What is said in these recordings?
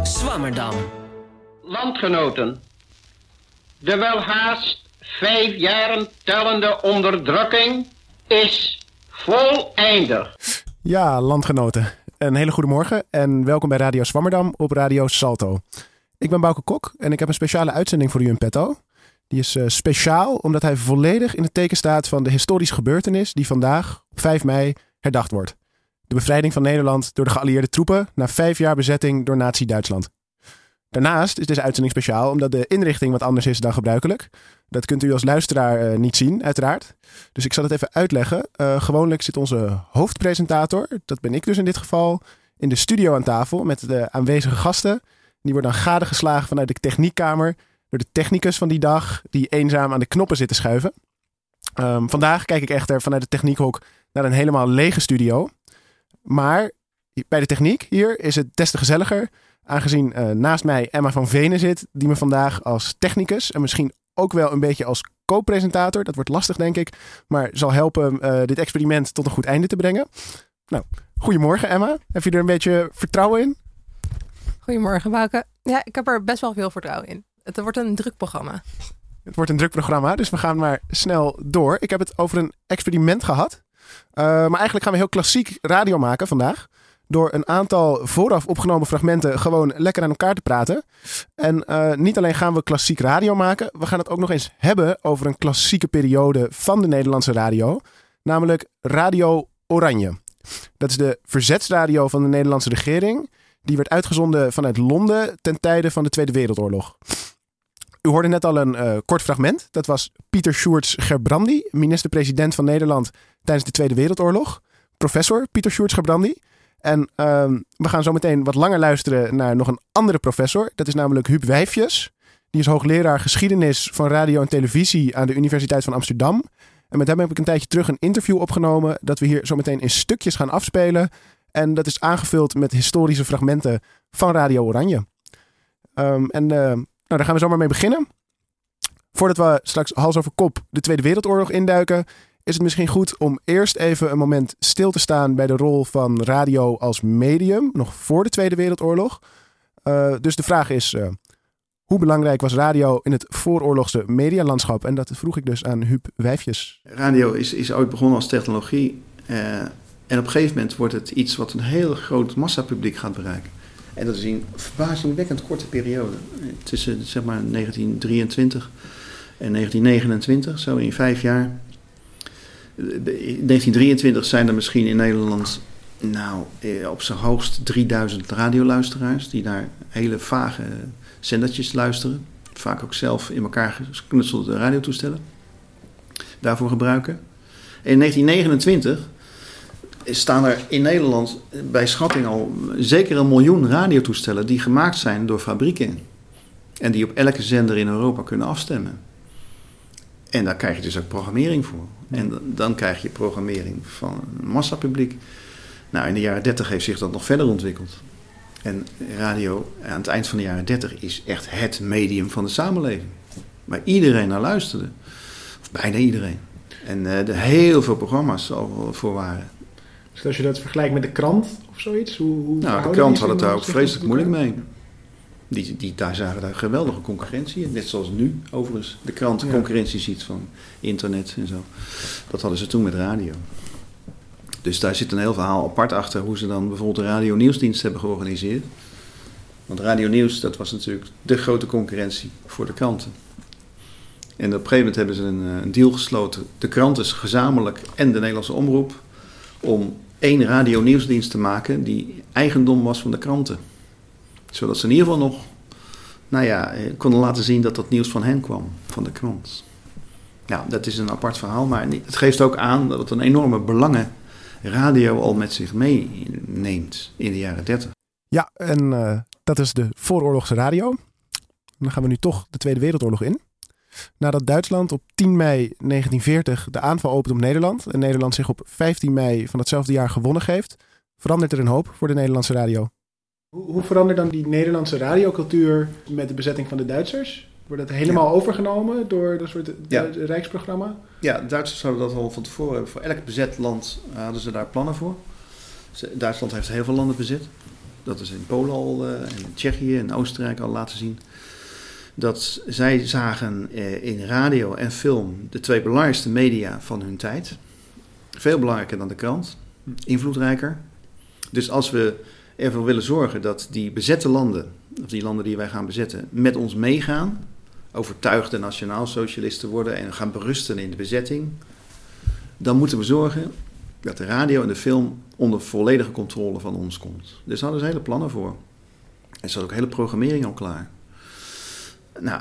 Zwammerdam. Landgenoten, de welhaast 5 jaren tellende onderdrukking is volledig. Ja, landgenoten. Een hele goede morgen en welkom bij Radio Zwammerdam op Radio Salto. Ik ben Bouke Kok en ik heb een speciale uitzending voor u in petto. Die is speciaal omdat hij volledig in het teken staat van de historische gebeurtenis die vandaag op 5 mei herdacht wordt. De bevrijding van Nederland door de geallieerde troepen na 5 jaar bezetting door Nazi-Duitsland. Daarnaast is deze uitzending speciaal omdat de inrichting wat anders is dan gebruikelijk. Dat kunt u als luisteraar niet zien, uiteraard. Dus ik zal het even uitleggen. Gewoonlijk zit onze hoofdpresentator, dat ben ik dus in dit geval, in de studio aan tafel met de aanwezige gasten. Die worden dan gadegeslagen vanuit de techniekkamer door de technicus van die dag die eenzaam aan de knoppen zit te schuiven. Vandaag kijk ik echter vanuit de techniekhok naar een helemaal lege studio. Maar bij de techniek hier is het des te gezelliger, aangezien naast mij Emma van Venen zit, die me vandaag als technicus en misschien ook wel een beetje als co-presentator, dat wordt lastig denk ik, maar zal helpen dit experiment tot een goed einde te brengen. Nou, goedemorgen Emma. Heb je er een beetje vertrouwen in? Goedemorgen Bouke. Ja, ik heb er best wel veel vertrouwen in. Het wordt een druk programma. Het wordt een druk programma, dus we gaan maar snel door. Ik heb het over een experiment gehad. Maar eigenlijk gaan we heel klassiek radio maken vandaag. Door een aantal vooraf opgenomen fragmenten gewoon lekker aan elkaar te praten. En niet alleen gaan we klassiek radio maken. We gaan het ook nog eens hebben over een klassieke periode van de Nederlandse radio. Namelijk Radio Oranje. Dat is de verzetsradio van de Nederlandse regering. Die werd uitgezonden vanuit Londen ten tijde van de Tweede Wereldoorlog. U hoorde net al een kort fragment. Dat was Pieter Sjoerds Gerbrandy, minister-president van Nederland tijdens de Tweede Wereldoorlog. Professor Pieter Sjoerds Gerbrandy. En we gaan zo meteen wat langer luisteren naar nog een andere professor. Dat is namelijk Huub Wijfjes. Die is hoogleraar geschiedenis van radio en televisie aan de Universiteit van Amsterdam. En met hem heb ik een tijdje terug een interview opgenomen dat we hier zo meteen in stukjes gaan afspelen. En dat is aangevuld met historische fragmenten van Radio Oranje. Daar gaan we zomaar mee beginnen. Voordat we straks hals over kop de Tweede Wereldoorlog induiken, is het misschien goed om eerst even een moment stil te staan bij de rol van radio als medium, nog voor de Tweede Wereldoorlog. Dus de vraag is, hoe belangrijk was radio in het vooroorlogse medialandschap? En dat vroeg ik dus aan Huub Wijfjes. Radio is ooit begonnen als technologie. En op een gegeven moment wordt het iets wat een heel groot massapubliek gaat bereiken. En dat is in een verbazingwekkend korte periode. Tussen zeg maar 1923 en 1929, zo in 5 jaar. In 1923 zijn er misschien in Nederland op zijn hoogst 3000 radioluisteraars die naar hele vage zendertjes luisteren. Vaak ook zelf in elkaar geknutselde radiotoestellen daarvoor gebruiken. En in 1929 staan er in Nederland bij schatting al zeker 1 miljoen radiotoestellen die gemaakt zijn door fabrieken. En die op elke zender in Europa kunnen afstemmen. En daar krijg je dus ook programmering voor. En dan krijg je programmering van een massapubliek. Nou, in de jaren 30 heeft zich dat nog verder ontwikkeld. En radio aan het eind van de jaren 30 is echt het medium van de samenleving. Waar iedereen naar luisterde. Of bijna iedereen. En er heel veel programma's al voor waren. Dus als je dat vergelijkt met de krant of zoiets? De krant had het daar ook vreselijk moeilijk mee. Daar zagen daar geweldige concurrentie. Net zoals nu overigens de krant concurrentie ziet van internet en zo. Dat hadden ze toen met radio. Dus daar zit een heel verhaal apart achter hoe ze dan bijvoorbeeld de Radio Nieuwsdienst hebben georganiseerd. Want Radio Nieuws, dat was natuurlijk de grote concurrentie voor de kranten. En op een gegeven moment hebben ze een deal gesloten. De kranten gezamenlijk en de Nederlandse Omroep. Om 1 Radio Nieuwsdienst te maken die eigendom was van de kranten. Zodat ze in ieder geval nog konden laten zien dat dat nieuws van hen kwam, van de krant. Ja, dat is een apart verhaal, maar het geeft ook aan dat het een enorme belangen radio al met zich meeneemt in de jaren 30. Ja, en dat is de vooroorlogse radio. Dan gaan we nu toch de Tweede Wereldoorlog in. Nadat Duitsland op 10 mei 1940 de aanval opent op Nederland en Nederland zich op 15 mei van hetzelfde jaar gewonnen geeft, verandert er een hoop voor de Nederlandse radio. Hoe verandert dan die Nederlandse radiocultuur met de bezetting van de Duitsers? Wordt dat helemaal overgenomen door dat soort Rijksprogramma? Ja, de Duitsers hadden dat al van tevoren. Voor elk bezet land hadden ze daar plannen voor. Duitsland heeft heel veel landen bezet. dat is in Polen al en in Tsjechië en Oostenrijk al laten zien. Dat zij zagen in radio en film de twee belangrijkste media van hun tijd. Veel belangrijker dan de krant. Invloedrijker. Dus als we ervoor willen zorgen dat die bezette landen, of die landen die wij gaan bezetten, met ons meegaan, overtuigde nationaal-socialisten worden en gaan berusten in de bezetting, dan moeten we zorgen dat de radio en de film onder volledige controle van ons komt. Dus daar hadden ze hele plannen voor. Er zat ook hele programmering al klaar. Nou,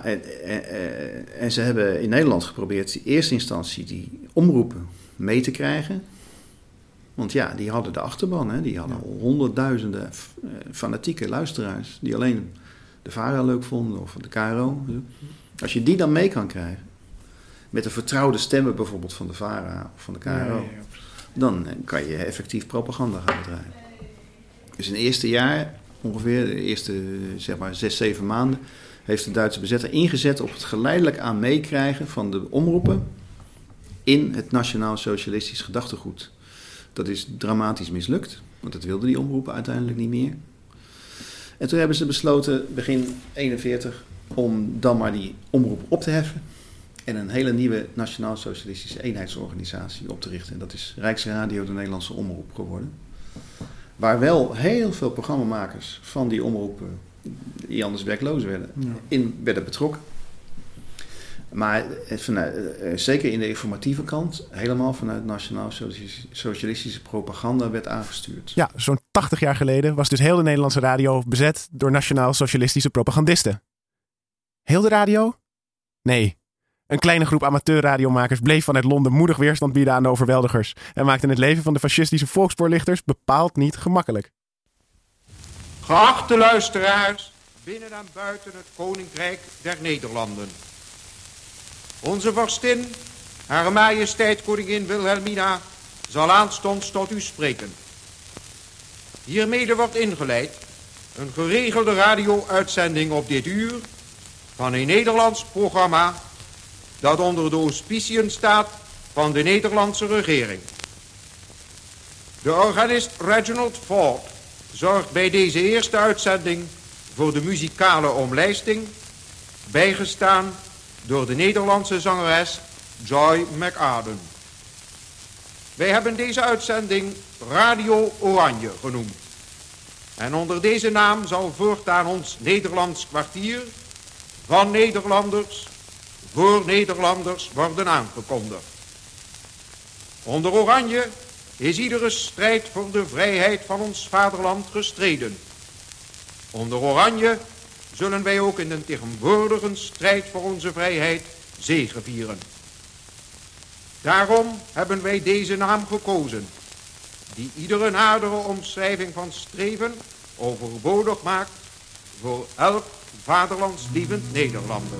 en ze hebben in Nederland geprobeerd in eerste instantie die omroepen mee te krijgen. Want ja, die hadden de achterban. Hè? Die hadden al honderdduizenden fanatieke luisteraars die alleen de VARA leuk vonden of de KRO. Als je die dan mee kan krijgen, met de vertrouwde stemmen bijvoorbeeld van de VARA of van de KRO, dan kan je effectief propaganda gaan bedrijven. Dus in het eerste jaar, ongeveer de eerste 6-7 maanden, heeft de Duitse bezetter ingezet op het geleidelijk aan meekrijgen van de omroepen in het nationaal-socialistisch gedachtegoed. Dat is dramatisch mislukt, want dat wilden die omroepen uiteindelijk niet meer. En toen hebben ze besloten, begin 1941, om dan maar die omroep op te heffen en een hele nieuwe nationaal-socialistische eenheidsorganisatie op te richten. En dat is Rijksradio, de Nederlandse Omroep, geworden. Waar wel heel veel programmamakers van die omroepen, die anders werkloos werden, in werden betrokken. Maar zeker in de informatieve kant, helemaal vanuit nationaal-socialistische propaganda werd aangestuurd. Ja, zo'n 80 jaar geleden was dus heel de Nederlandse radio bezet door nationaal-socialistische propagandisten. Heel de radio? Nee. Een kleine groep amateurradiomakers bleef vanuit Londen moedig weerstand bieden aan de overweldigers en maakte het leven van de fascistische volkspoorlichters bepaald niet gemakkelijk. Geachte luisteraars, binnen en buiten het Koninkrijk der Nederlanden. Onze vorstin, Hare Majesteit Koningin Wilhelmina, zal aanstonds tot u spreken. Hiermede wordt ingeleid een geregelde radio-uitzending op dit uur van een Nederlands programma dat onder de auspiciën staat van de Nederlandse regering. De organist Reginald Ford zorgt bij deze eerste uitzending voor de muzikale omlijsting, bijgestaan door de Nederlandse zangeres Joy McAden. Wij hebben deze uitzending Radio Oranje genoemd. En onder deze naam zal voortaan ons Nederlands kwartier van Nederlanders voor Nederlanders worden aangekondigd. Onder Oranje is iedere strijd voor de vrijheid van ons vaderland gestreden. Onder Oranje zullen wij ook in de tegenwoordige strijd voor onze vrijheid zegevieren. Daarom hebben wij deze naam gekozen, die iedere nadere omschrijving van streven overbodig maakt voor elk vaderlandslievend Nederlander.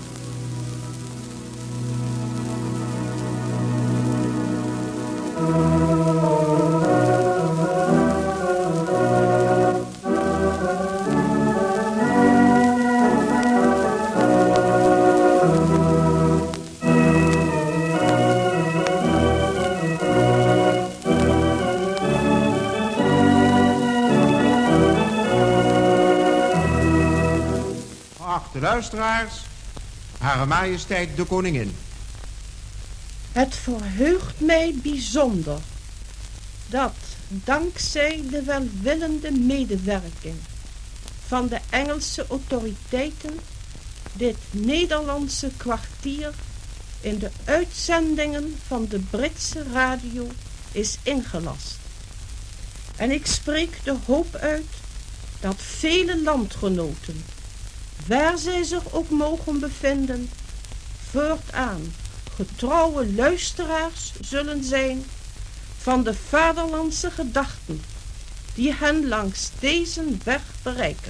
Geachte luisteraars, Hare Majesteit de Koningin. Het verheugt mij bijzonder dat dankzij de welwillende medewerking van de Engelse autoriteiten dit Nederlandse kwartier in de uitzendingen van de Britse radio is ingelast. En ik spreek de hoop uit dat vele landgenoten, waar zij zich ook mogen bevinden, voortaan getrouwe luisteraars zullen zijn van de vaderlandse gedachten die hen langs deze weg bereiken.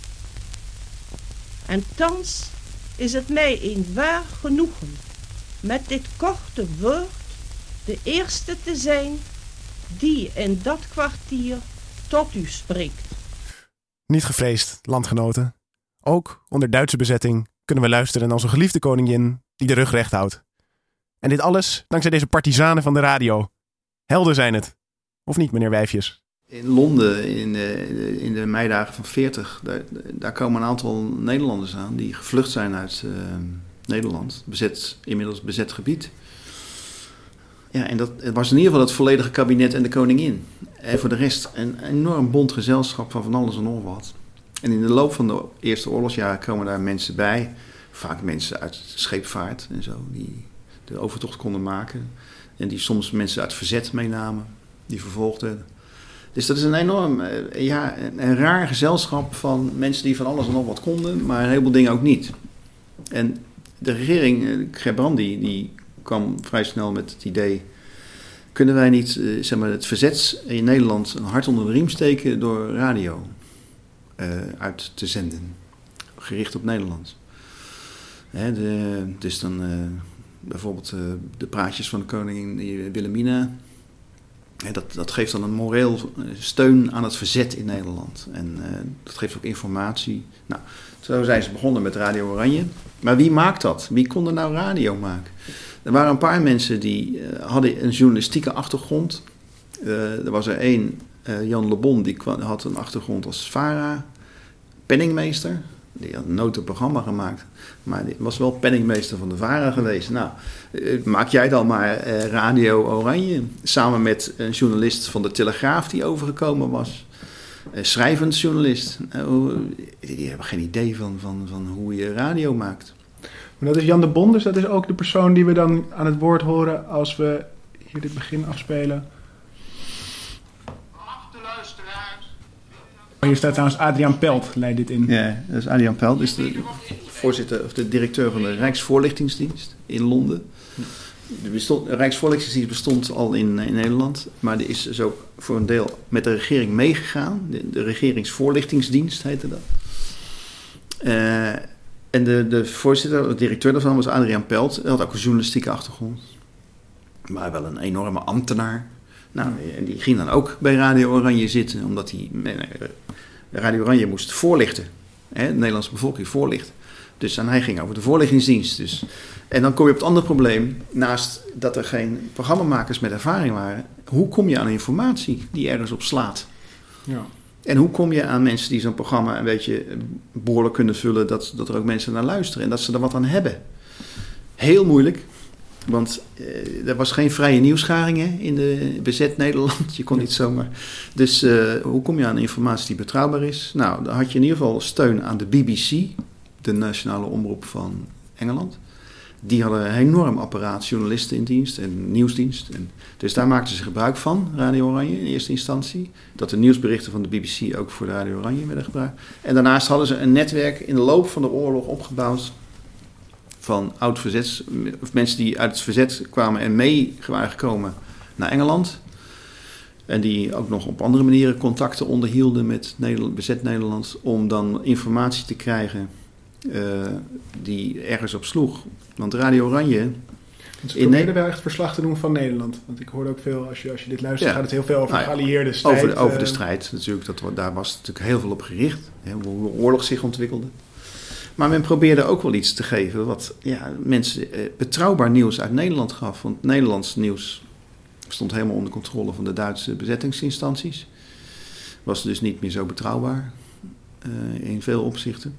En thans is het mij een waar genoegen met dit korte woord de eerste te zijn die in dat kwartier tot u spreekt. Niet gevreesd, landgenoten. Ook onder Duitse bezetting kunnen we luisteren naar onze geliefde koningin die de rug recht houdt. En dit alles dankzij deze partizanen van de radio. Helden zijn het. Of niet, meneer Wijfjes? In Londen in de meidagen van 40, daar komen een aantal Nederlanders aan die gevlucht zijn uit Nederland. Inmiddels bezet gebied. Ja, en het was in ieder geval het volledige kabinet en de koningin. En voor de rest een enorm bond gezelschap van alles en nog wat. En in de loop van de Eerste Oorlogsjaren komen daar mensen bij. Vaak mensen uit scheepvaart en zo, die de overtocht konden maken. En die soms mensen uit verzet meenamen, die vervolgd werden. Dus dat is een enorm, een raar gezelschap van mensen die van alles en nog wat konden, maar een heleboel dingen ook niet. En de regering, Gerbrandy, die kwam vrij snel met het idee, kunnen wij niet het verzet in Nederland een hart onder de riem steken door radio uit te zenden, gericht op Nederland. Dus dan bijvoorbeeld de praatjes van de koningin Wilhelmina. Dat geeft dan een moreel steun aan het verzet in Nederland. En dat geeft ook informatie. Nou, zo zijn ze begonnen met Radio Oranje. Maar wie maakt dat? Wie kon er nou radio maken? Er waren een paar mensen die hadden een journalistieke achtergrond. Er was er één, Jan Le Bon, die had een achtergrond als VARA, penningmeester. Die had nooit een programma gemaakt, maar die was wel penningmeester van de VARA geweest. Nou, maak jij dan maar Radio Oranje, samen met een journalist van de Telegraaf die overgekomen was. Schrijvend journalist. Die hebben geen idee van hoe je radio maakt. Maar dat is Jan de Bon, dus dat is ook de persoon die we dan aan het woord horen als we hier dit begin afspelen. Hier staat trouwens Adriaan Pelt, leidt dit in. Ja, dat is Adriaan Pelt, dus de voorzitter of de directeur van de Rijksvoorlichtingsdienst in Londen. De Rijksvoorlichtingsdienst bestond al in Nederland, maar die is dus ook voor een deel met de regering meegegaan. De Regeringsvoorlichtingsdienst heette dat. En de voorzitter, de directeur daarvan was Adriaan Pelt. Hij had ook een journalistieke achtergrond, maar wel een enorme ambtenaar. Nou, en die ging dan ook bij Radio Oranje zitten, omdat Radio Oranje moest voorlichten. De Nederlandse bevolking voorlichten. Dus en hij ging over de voorlichtingsdienst. Dus. En dan kom je op het andere probleem, naast dat er geen programmamakers met ervaring waren. Hoe kom je aan informatie die ergens op slaat? Ja. En hoe kom je aan mensen die zo'n programma een beetje behoorlijk kunnen vullen, dat er ook mensen naar luisteren en dat ze er wat aan hebben? Heel moeilijk. Want er was geen vrije nieuwsgaring in de bezet Nederland. Je kon niet zomaar. Dus hoe kom je aan informatie die betrouwbaar is? Nou, dan had je in ieder geval steun aan de BBC, de nationale omroep van Engeland. Die hadden een enorm apparaat journalisten in dienst en nieuwsdienst. Dus daar maakten ze gebruik van, Radio Oranje in eerste instantie. Dat de nieuwsberichten van de BBC ook voor de Radio Oranje werden gebruikt. En daarnaast hadden ze een netwerk in de loop van de oorlog opgebouwd van oud-verzets, of mensen die uit het verzet kwamen en mee waren gekomen naar Engeland. En die ook nog op andere manieren contacten onderhielden met bezet Nederland, om dan informatie te krijgen die ergens op sloeg. Want Radio Oranje. Ze probeerden wel echt verslag te doen van Nederland. Want ik hoorde ook veel, als je dit luistert, gaat het heel veel over geallieerde strijd. Over de strijd natuurlijk. Daar was natuurlijk heel veel op gericht. Hoe de oorlog zich ontwikkelde. Maar men probeerde ook wel iets te geven wat mensen betrouwbaar nieuws uit Nederland gaf. Want Nederlands nieuws stond helemaal onder controle van de Duitse bezettingsinstanties. Was dus niet meer zo betrouwbaar in veel opzichten.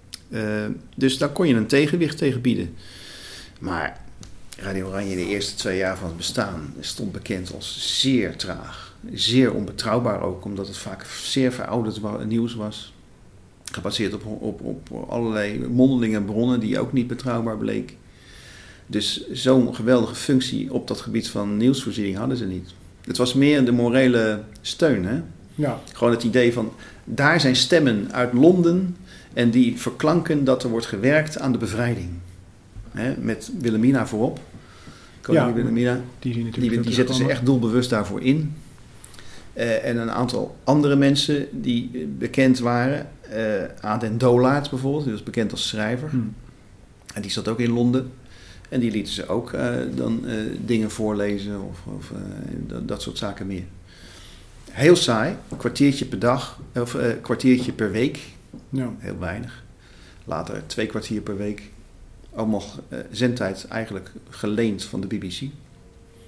Dus daar kon je een tegenwicht tegen bieden. Maar Radio Oranje in de eerste 2 jaar van het bestaan stond bekend als zeer traag. Zeer onbetrouwbaar ook, omdat het vaak zeer verouderd nieuws was. Gebaseerd op allerlei mondelinge bronnen die ook niet betrouwbaar bleken. Dus zo'n geweldige functie op dat gebied van nieuwsvoorziening hadden ze niet. Het was meer de morele steun. Hè? Ja. Gewoon het idee van, daar zijn stemmen uit Londen en die verklanken dat er wordt gewerkt aan de bevrijding. Hè? Met Wilhelmina voorop. Koningin Wilhelmina. Die zetten ze echt doelbewust daarvoor in. En een aantal andere mensen die bekend waren. Aden Dolaert bijvoorbeeld, die was bekend als schrijver. En die zat ook in Londen. En die lieten ze ook dan dingen voorlezen of dat soort zaken meer. Heel saai, een kwartiertje per dag, of kwartiertje per week. Ja. Heel weinig. Later 2 kwartier per week. Allemaal zendtijd eigenlijk geleend van de BBC.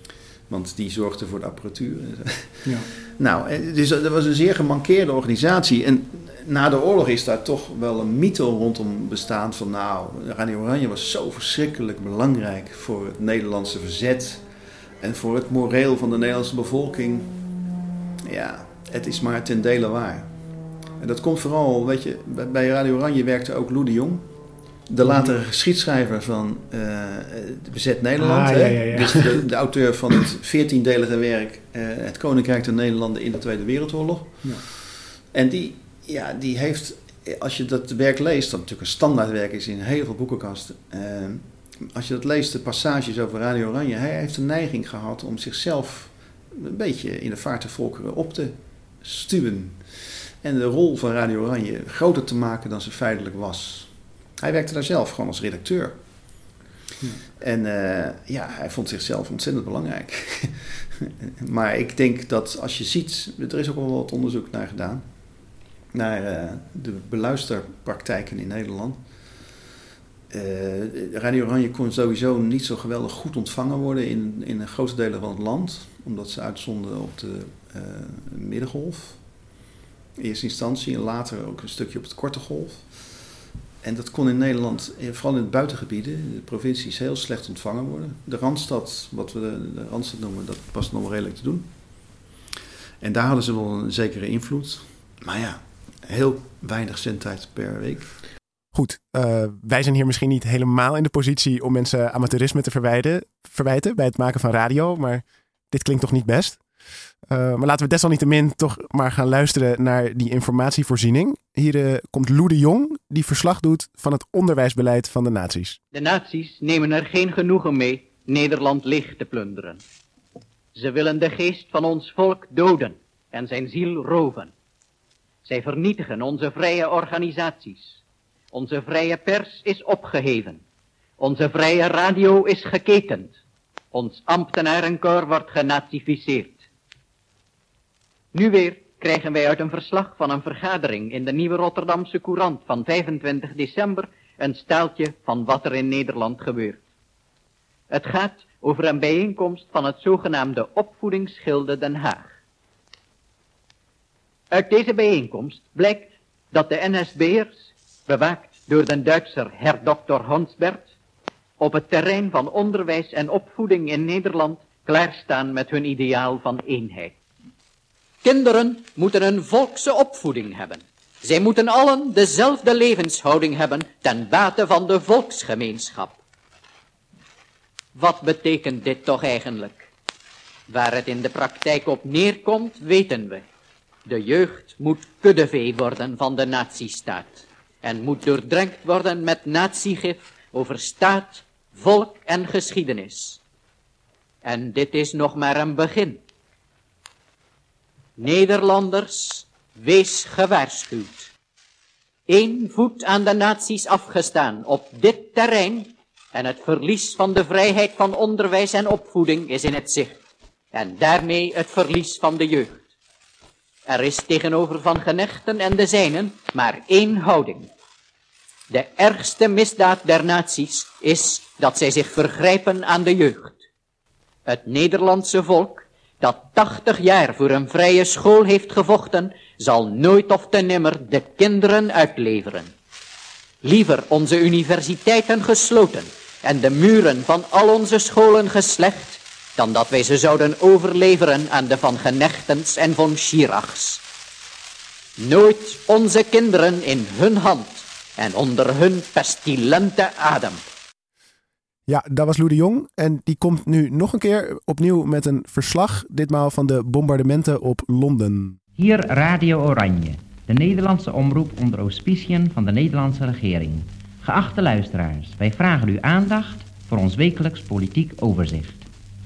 Want die zorgde voor de apparatuur. Ja. Nou, dus dat was een zeer gemankeerde organisatie. En na de oorlog is daar toch wel een mythe rondom bestaan van... nou, Radio Oranje was zo verschrikkelijk belangrijk voor het Nederlandse verzet... en voor het moreel van de Nederlandse bevolking. Ja, het is maar ten dele waar. En dat komt vooral, weet je, bij Radio Oranje werkte ook Lou de Jong... de latere geschiedschrijver van bezet Nederland. Ja. Dus de auteur van het 14-delige werk... Het Koninkrijk der Nederlanden in de Tweede Wereldoorlog. Ja. En die heeft, als je dat werk leest... dat natuurlijk een standaardwerk is in heel veel boekenkasten... als je dat leest, de passages over Radio Oranje... hij heeft een neiging gehad om zichzelf... een beetje in de vaart der volkeren op te stuwen... en de rol van Radio Oranje groter te maken dan ze feitelijk was... Hij werkte daar zelf gewoon als redacteur. Ja. En hij vond zichzelf ontzettend belangrijk. Maar ik denk dat als je ziet... Er is ook wel wat onderzoek naar gedaan. Naar de beluisterpraktijken in Nederland. Radio Oranje kon sowieso niet zo geweldig goed ontvangen worden... in grote delen van het land. Omdat ze uitzonden op de middengolf. In eerste instantie en later ook een stukje op het korte golf. En dat kon in Nederland, vooral in de buitengebieden, de provincies, heel slecht ontvangen worden. De Randstad, wat we de Randstad noemen, dat was nog wel redelijk te doen. En daar hadden ze wel een zekere invloed. Maar ja, heel weinig zendtijd per week. Goed, wij zijn hier misschien niet helemaal in de positie om mensen amateurisme te verwijten bij het maken van radio. Maar dit klinkt toch niet best? Maar laten we desalniettemin toch maar gaan luisteren naar die informatievoorziening. Hier komt Lou de Jong, die verslag doet van het onderwijsbeleid van de nazi's. De nazi's nemen er geen genoegen mee Nederland leeg te plunderen. Ze willen de geest van ons volk doden en zijn ziel roven. Zij vernietigen onze vrije organisaties. Onze vrije pers is opgeheven. Onze vrije radio is geketend. Ons ambtenarenkoor wordt genazificeerd. Nu weer krijgen wij uit een verslag van een vergadering in de Nieuwe Rotterdamse Courant van 25 december een staaltje van wat er in Nederland gebeurt. Het gaat over een bijeenkomst van het zogenaamde Opvoedingsgilde Den Haag. Uit deze bijeenkomst blijkt dat de NSB'ers, bewaakt door de Duitser Herr Dr. Honsbert, op het terrein van onderwijs en opvoeding in Nederland klaarstaan met hun ideaal van eenheid. Kinderen moeten een volkse opvoeding hebben. Zij moeten allen dezelfde levenshouding hebben ten bate van de volksgemeenschap. Wat betekent dit toch eigenlijk? Waar het in de praktijk op neerkomt, weten we. De jeugd moet kuddevee worden van de nazistaat en moet doordrenkt worden met naziegif over staat, volk en geschiedenis. En dit is nog maar een begin. Nederlanders, wees gewaarschuwd. 1 voet aan de nazi's afgestaan op dit terrein en het verlies van de vrijheid van onderwijs en opvoeding is in het zicht. En daarmee het verlies van de jeugd. Er is tegenover Van Genechten en de zijnen maar 1 houding. De ergste misdaad der nazi's is dat zij zich vergrijpen aan de jeugd. Het Nederlandse volk, dat 80 jaar voor een vrije school heeft gevochten, zal nooit of te nimmer de kinderen uitleveren. Liever onze universiteiten gesloten en de muren van al onze scholen geslecht, dan dat wij ze zouden overleveren aan de Van Genechtens en Von Schirachs. Nooit onze kinderen in hun hand en onder hun pestilente adem. Ja, dat was Lou de Jong en die komt nu nog een keer opnieuw met een verslag, ditmaal van de bombardementen op Londen. Hier Radio Oranje, de Nederlandse omroep onder auspiciën van de Nederlandse regering. Geachte luisteraars, wij vragen uw aandacht voor ons wekelijks politiek overzicht.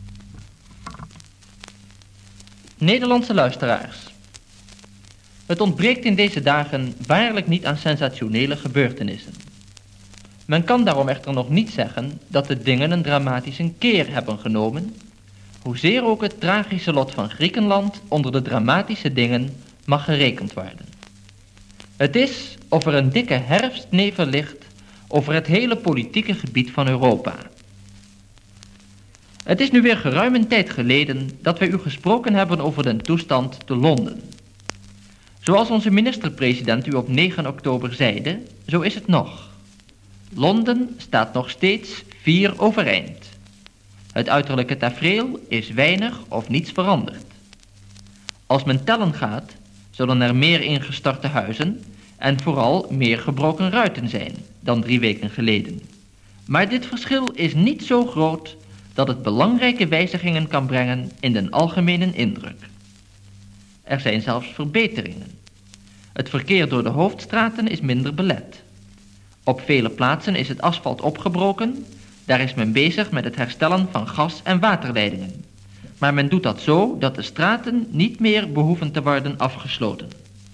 Nederlandse luisteraars. Het ontbreekt in deze dagen waarlijk niet aan sensationele gebeurtenissen. Men kan daarom echter nog niet zeggen dat de dingen een dramatische keer hebben genomen, hoezeer ook het tragische lot van Griekenland onder de dramatische dingen mag gerekend worden. Het is of er een dikke herfstnevel ligt over het hele politieke gebied van Europa. Het is nu weer geruim een tijd geleden dat wij u gesproken hebben over de toestand te Londen. Zoals onze minister-president u op 9 oktober zeide, zo is het nog. Londen staat nog steeds 4 overeind. Het uiterlijke tafereel is weinig of niets veranderd. Als men tellen gaat, zullen er meer ingestorte huizen en vooral meer gebroken ruiten zijn dan 3 weken geleden. Maar dit verschil is niet zo groot dat het belangrijke wijzigingen kan brengen in de algemene indruk. Er zijn zelfs verbeteringen. Het verkeer door de hoofdstraten is minder belet. Op vele plaatsen is het asfalt opgebroken, daar is men bezig met het herstellen van gas- en waterleidingen. Maar men doet dat zo dat de straten niet meer behoeven te worden afgesloten.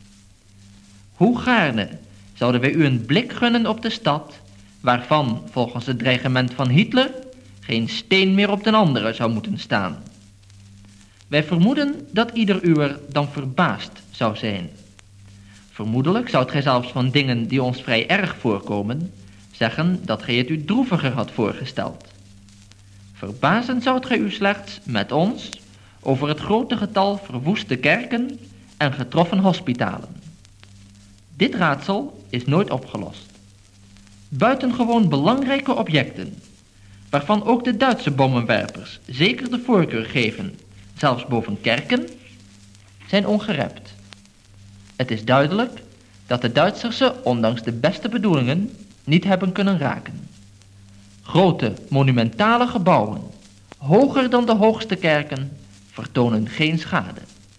Hoe gaarne zouden wij u een blik gunnen op de stad, waarvan volgens het dreigement van Hitler geen steen meer op den andere zou moeten staan. Wij vermoeden dat ieder uwer dan verbaasd zou zijn. Vermoedelijk zoudt gij zelfs van dingen die ons vrij erg voorkomen, zeggen dat gij het u droeviger had voorgesteld. Verbazen zoudt gij u slechts met ons over het grote getal verwoeste kerken en getroffen hospitalen. Dit raadsel is nooit opgelost. Buitengewoon belangrijke objecten, waarvan ook de Duitse bommenwerpers zeker de voorkeur geven, zelfs boven kerken, zijn ongerept. Het is duidelijk dat de Duitsers ze, ondanks de beste bedoelingen, niet hebben kunnen raken. Grote, monumentale gebouwen, hoger dan de hoogste kerken, vertonen geen schade.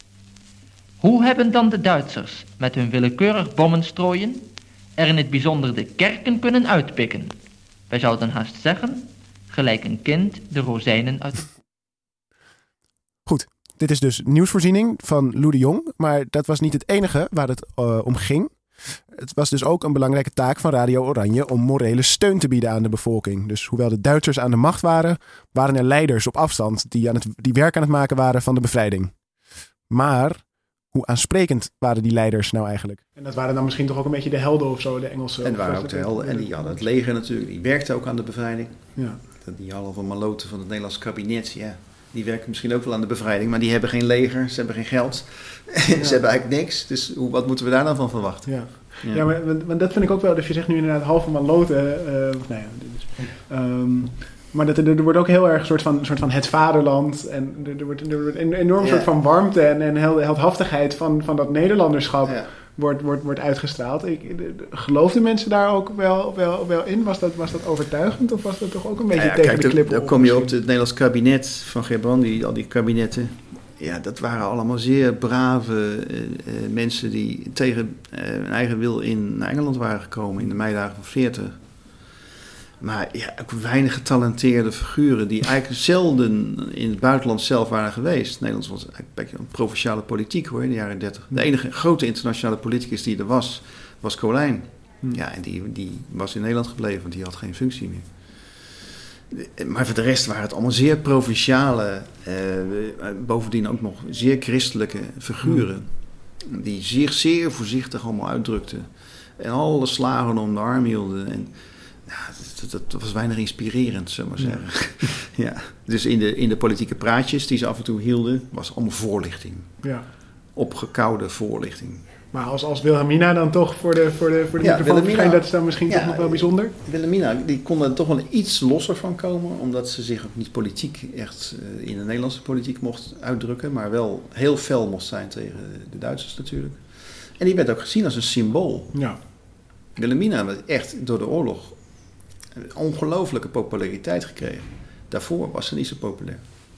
Hoe hebben dan de Duitsers met hun willekeurig bommenstrooien er in het bijzonder de kerken kunnen uitpikken? Wij zouden haast zeggen, gelijk een kind de rozijnen uit de... Goed, dit is dus nieuwsvoorziening van Lou de Jong, maar dat was niet het enige waar het om ging. Het was dus ook een belangrijke taak van Radio Oranje om morele steun te bieden aan de bevolking. Dus hoewel de Duitsers aan de macht waren, waren er leiders op afstand die werk aan het maken waren van de bevrijding. Maar hoe aansprekend waren die leiders nou eigenlijk? En dat waren dan misschien toch ook een beetje de helden of zo, de Engelse... En waren ook de helden. En die hadden het leger natuurlijk, die werkten ook aan de bevrijding. Ja. Die halve maloten van het Nederlands kabinet, ja, die werken misschien ook wel aan de bevrijding, maar die hebben geen leger, ze hebben geen geld, ze hebben eigenlijk niks. Dus wat moeten we daar dan van verwachten? Ja. Ja, maar dat vind ik ook wel, dat je zegt nu inderdaad halve maloten, maar er wordt ook heel erg een soort van het vaderland en er wordt een enorm soort van warmte en heldhaftigheid van dat Nederlanderschap wordt uitgestraald. Geloofden mensen daar ook wel in? Was dat overtuigend of was dat toch ook een beetje tegen de klippen? Dan kom je op het Nederlands kabinet van Gerbrandy, al die kabinetten. Ja, dat waren allemaal zeer brave mensen die tegen hun eigen wil naar Engeland waren gekomen in de meidagen van 40. Maar ja, ook weinig getalenteerde figuren die eigenlijk zelden in het buitenland zelf waren geweest. Nederland was eigenlijk een provinciale politiek hoor, in de jaren 30. De enige grote internationale politicus die er was Colijn. Ja, en die was in Nederland gebleven, want die had geen functie meer. Maar voor de rest waren het allemaal zeer provinciale, bovendien ook nog zeer christelijke figuren. Die zich zeer voorzichtig allemaal uitdrukten. En alle slagen om de arm hielden. En dat was weinig inspirerend, zullen we maar zeggen. Ja. Dus in de politieke praatjes die ze af en toe hielden, was allemaal voorlichting. Ja. Opgekoude voorlichting. Maar als Wilhelmina dan toch voor de microfoon verschijnt, dat is dan misschien toch nog wel bijzonder? Wilhelmina, die kon er toch wel iets losser van komen, omdat ze zich ook niet politiek echt in de Nederlandse politiek mocht uitdrukken, maar wel heel fel mocht zijn tegen de Duitsers natuurlijk. En die werd ook gezien als een symbool. Ja. Wilhelmina werd echt door de oorlog een ongelooflijke populariteit gekregen. Daarvoor was ze niet zo populair.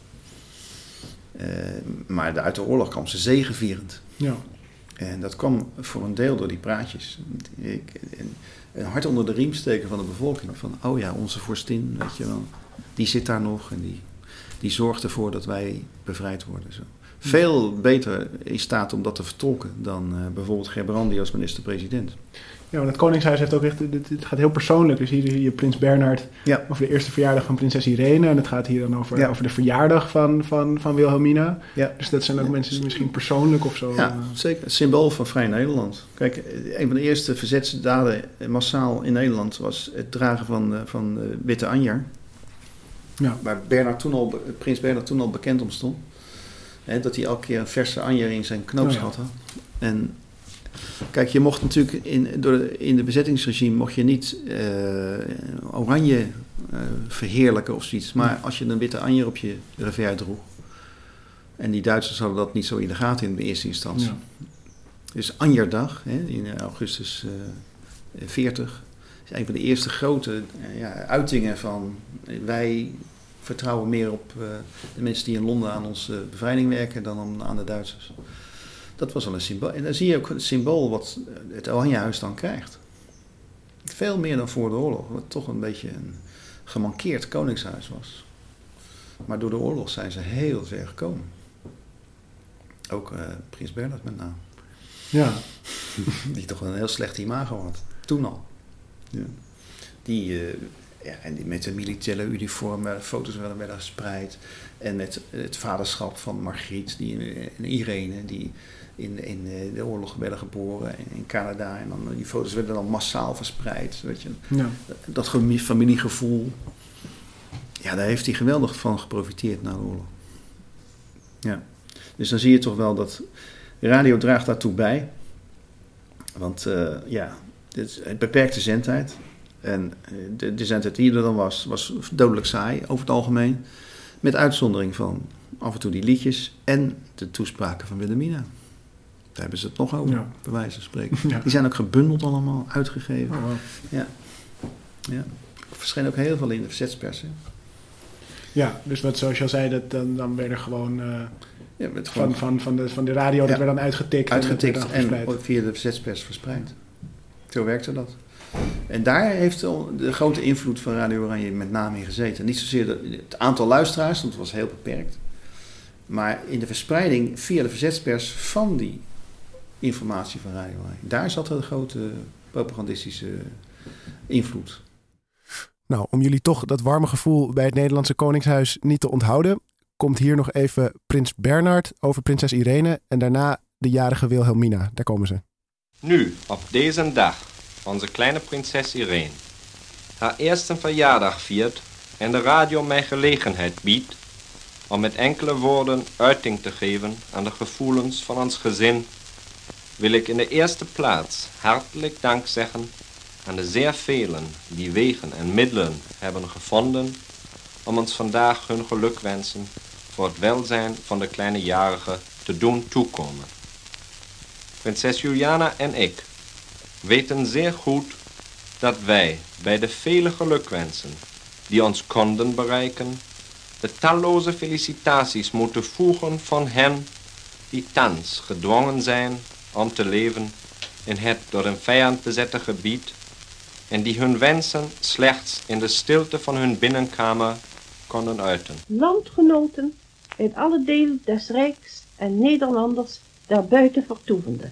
Maar uit de oorlog kwam ze zegevierend. Ja. En dat kwam voor een deel door die praatjes. Een hart onder de riem steken van de bevolking. Van, oh ja, onze vorstin, weet je wel, die zit daar nog en die zorgt ervoor dat wij bevrijd worden. Zo. Veel beter in staat om dat te vertolken dan bijvoorbeeld Gerbrandy als minister-president. Ja, want het Koningshuis heeft ook echt, het gaat heel persoonlijk. Dus hier zie je Prins Bernhard over de eerste verjaardag van prinses Irene. En het gaat hier dan over de verjaardag van Wilhelmina. Ja. Dus dat zijn ook mensen die misschien persoonlijk of zo... Ja, zeker. Het symbool van Vrij Nederland. Kijk, een van de eerste verzetsdaden massaal in Nederland was het dragen van witte anjer. Ja. Waar Prins Bernhard toen al bekend om stond. Hè, dat hij elke keer een verse anjer in zijn knoopsgat had. En kijk, je mocht natuurlijk in de bezettingsregime mocht je niet oranje verheerlijken of zoiets. Maar als je een witte anjer op je revers droeg. En die Duitsers hadden dat niet zo in de gaten in de eerste instantie. Ja. Dus Anjerdag, in augustus 40, is een van de eerste grote uitingen van wij vertrouwen meer op de mensen die in Londen aan onze bevrijding werken dan aan de Duitsers. Dat was wel een symbool. En dan zie je ook het symbool wat het Oranjehuis dan krijgt. Veel meer dan voor de oorlog, wat toch een beetje een gemankeerd koningshuis was. Maar door de oorlog zijn ze heel ver gekomen. Ook Prins Bernhard met name. Ja. Die toch een heel slecht imago had. Toen al. Ja. En die met de militaire uniformen, foto's werden gespreid. En met het vaderschap van Margriet en Irene, die in de oorlog werden geboren in Canada. En dan, die foto's werden dan massaal verspreid. Weet je. Ja. Dat familiegevoel. Ja, daar heeft hij geweldig van geprofiteerd na de oorlog. Ja. Dus dan zie je toch wel dat radio draagt daartoe bij. Want het beperkte zendtijd. En de zendtijd die er dan was dodelijk saai over het algemeen. Met uitzondering van af en toe die liedjes en de toespraken van Wilhelmina. Daar hebben ze het nog over, bij wijze van spreken. Ja. Die zijn ook gebundeld allemaal, uitgegeven. Oh, wow. Ja. Er verscheen ook heel veel in de verzetspers. Hè? Ja, dus wat zoals je al zei, dan werden gewoon van de radio, dat werd dan uitgetikt. Uitgetikt en via de verzetspers verspreid. Zo werkte dat. En daar heeft de grote invloed van Radio Oranje met name in gezeten. Niet zozeer het aantal luisteraars, want het was heel beperkt. Maar in de verspreiding via de verzetspers van die informatie van Radio Oranje. Daar zat een grote propagandistische invloed. Nou, om jullie toch dat warme gevoel bij het Nederlandse Koningshuis niet te onthouden, komt hier nog even Prins Bernhard over prinses Irene en daarna de jarige Wilhelmina. Daar komen ze. Nu, op deze dag, onze kleine prinses Irene haar eerste verjaardag viert en de radio mij gelegenheid biedt om met enkele woorden uiting te geven aan de gevoelens van ons gezin, wil ik in de eerste plaats hartelijk dank zeggen aan de zeer velen die wegen en middelen hebben gevonden om ons vandaag hun gelukwensen voor het welzijn van de kleine jarige te doen toekomen. Prinses Juliana en ik weten zeer goed dat wij bij de vele gelukwensen die ons konden bereiken, de talloze felicitaties moeten voegen van hen die thans gedwongen zijn om te leven in het door een vijand bezette gebied en die hun wensen slechts in de stilte van hun binnenkamer konden uiten. Landgenoten in alle delen des Rijks en Nederlanders daarbuiten vertoevende.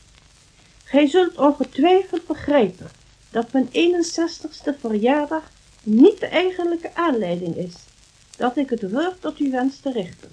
Gij zult ongetwijfeld begrijpen dat mijn 61ste verjaardag niet de eigenlijke aanleiding is dat ik het woord tot u wens te richten.